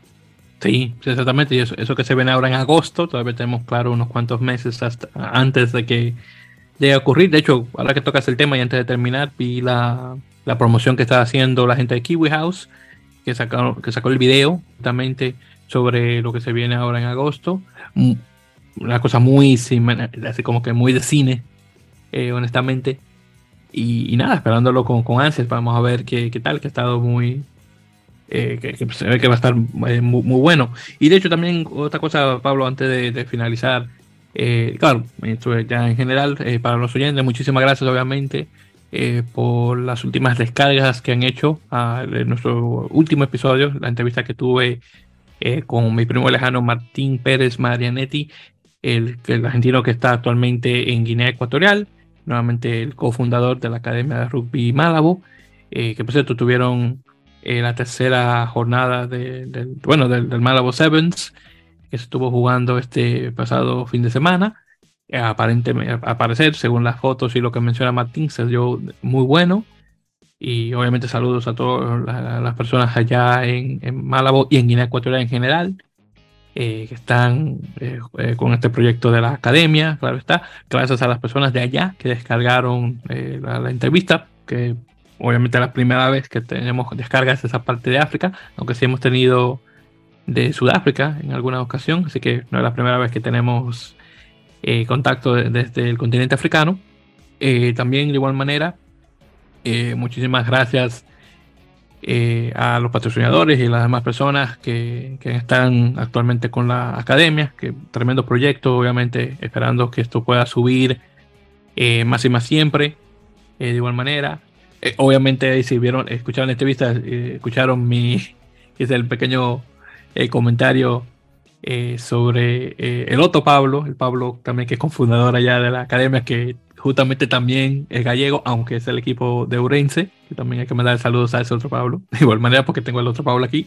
Sí, exactamente, y eso, eso que se viene ahora en agosto, todavía tenemos claro unos cuantos meses hasta antes de que llegue a ocurrir. De hecho, ahora que tocas el tema y antes de terminar, vi la, la promoción que está haciendo la gente de Kiwi House, que sacó, que sacó el video justamente sobre lo que se viene ahora en agosto. Una cosa muy, así como que muy de cine, eh, honestamente. Y, y nada, esperándolo con, con ansias, vamos a ver qué, qué tal, que ha estado muy... Eh, que, que se ve que va a estar eh, muy, muy bueno. Y de hecho también otra cosa, Pablo, antes de, de finalizar, eh, claro, esto ya en general, eh, para los oyentes, muchísimas gracias obviamente eh, por las últimas descargas que han hecho a nuestro último episodio, la entrevista que tuve eh, con mi primo lejano Martín Pérez Marianetti, el, el argentino que está actualmente en Guinea Ecuatorial, nuevamente el cofundador de la Academia de Rugby Malabo, eh, que por cierto tuvieron eh, la tercera jornada de, de, bueno, del, del Malabo Sevens, que se estuvo jugando este pasado fin de semana. Eh, aparentemente, al parecer, según las fotos y lo que menciona Martín, se dio muy bueno. Y obviamente saludos a todas las, las personas allá en, en Malabo y en Guinea Ecuatorial en general. Eh, que están eh, eh, con este proyecto de la academia, claro está, gracias a las personas de allá que descargaron eh, la, la entrevista, que obviamente es la primera vez que tenemos descargas de esa parte de África, aunque sí hemos tenido de Sudáfrica en alguna ocasión, así que no es la primera vez que tenemos eh, contacto de, desde el continente africano. Eh, también de igual manera, eh, muchísimas gracias Eh, a los patrocinadores y las demás personas que, que están actualmente con la academia, que tremendo proyecto, obviamente esperando que esto pueda subir eh, más y más siempre. Eh, de igual manera, eh, obviamente si vieron, escucharon la entrevista, eh, escucharon mi es el pequeño eh, comentario eh, sobre eh, el otro Pablo, el Pablo también que es cofundador allá de la academia, que justamente también es gallego, aunque es el equipo de Ourense, que también hay que mandar saludos a ese otro Pablo, de igual manera porque tengo el otro Pablo aquí.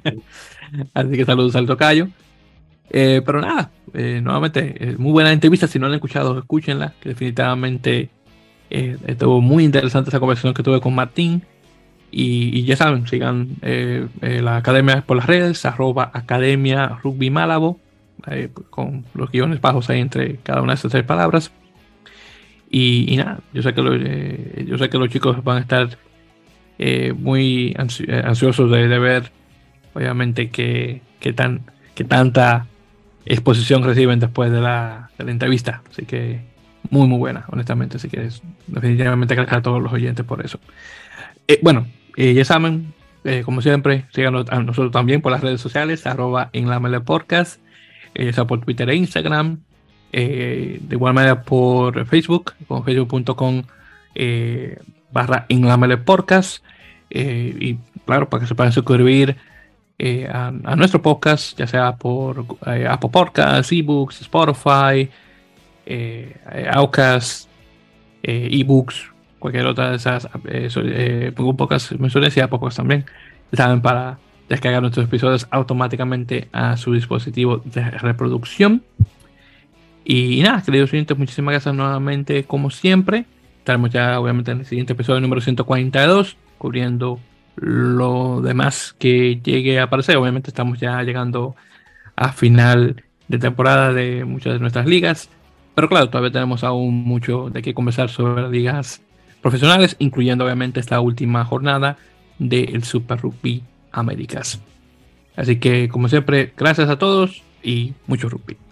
Así que saludos al tocayo. Eh, pero nada, eh, nuevamente, eh, muy buena entrevista. Si no la han escuchado, escúchenla, que definitivamente eh, estuvo muy interesante esa conversación que tuve con Martín. Y, y ya saben, sigan eh, eh, la academia por las redes, arroba Academia Rugby Malabo, eh, con los guiones bajos ahí entre cada una de esas tres palabras. Y, y nada, yo sé que, lo, eh, yo sé que los chicos van a estar eh, muy ansi ansiosos de, de ver, obviamente, que, que, tan, que tanta exposición reciben después de la, de la entrevista. Así que muy, muy buena, honestamente. Así que es, definitivamente gracias a todos los oyentes por eso. Eh, bueno, eh, ya saben, eh, como siempre, síganos a nosotros también por las redes sociales, arroba en la mele podcast, eh, sea por Twitter e Instagram. Eh, de igual manera por Facebook, con facebook punto com eh, barra en la mele podcast. Eh, y claro, para que se puedan suscribir eh, a, a nuestro podcast, ya sea por eh, Apple Podcasts, eBooks, Spotify, eh, Outcast, eh, eBooks, cualquier otra de esas eh, eh, podcast menciones y Apple Podcasts también, saben, para descargar nuestros episodios automáticamente a su dispositivo de reproducción. Y nada, queridos oyentes, muchísimas gracias nuevamente, como siempre. Estaremos ya, obviamente, en el siguiente episodio número ciento cuarenta y dos, cubriendo lo demás que llegue a aparecer. Obviamente, estamos ya llegando a final de temporada de muchas de nuestras ligas. Pero claro, todavía tenemos aún mucho de qué conversar sobre las ligas profesionales, incluyendo, obviamente, esta última jornada del Super Rugby Américas. Así que, como siempre, gracias a todos y mucho rugby.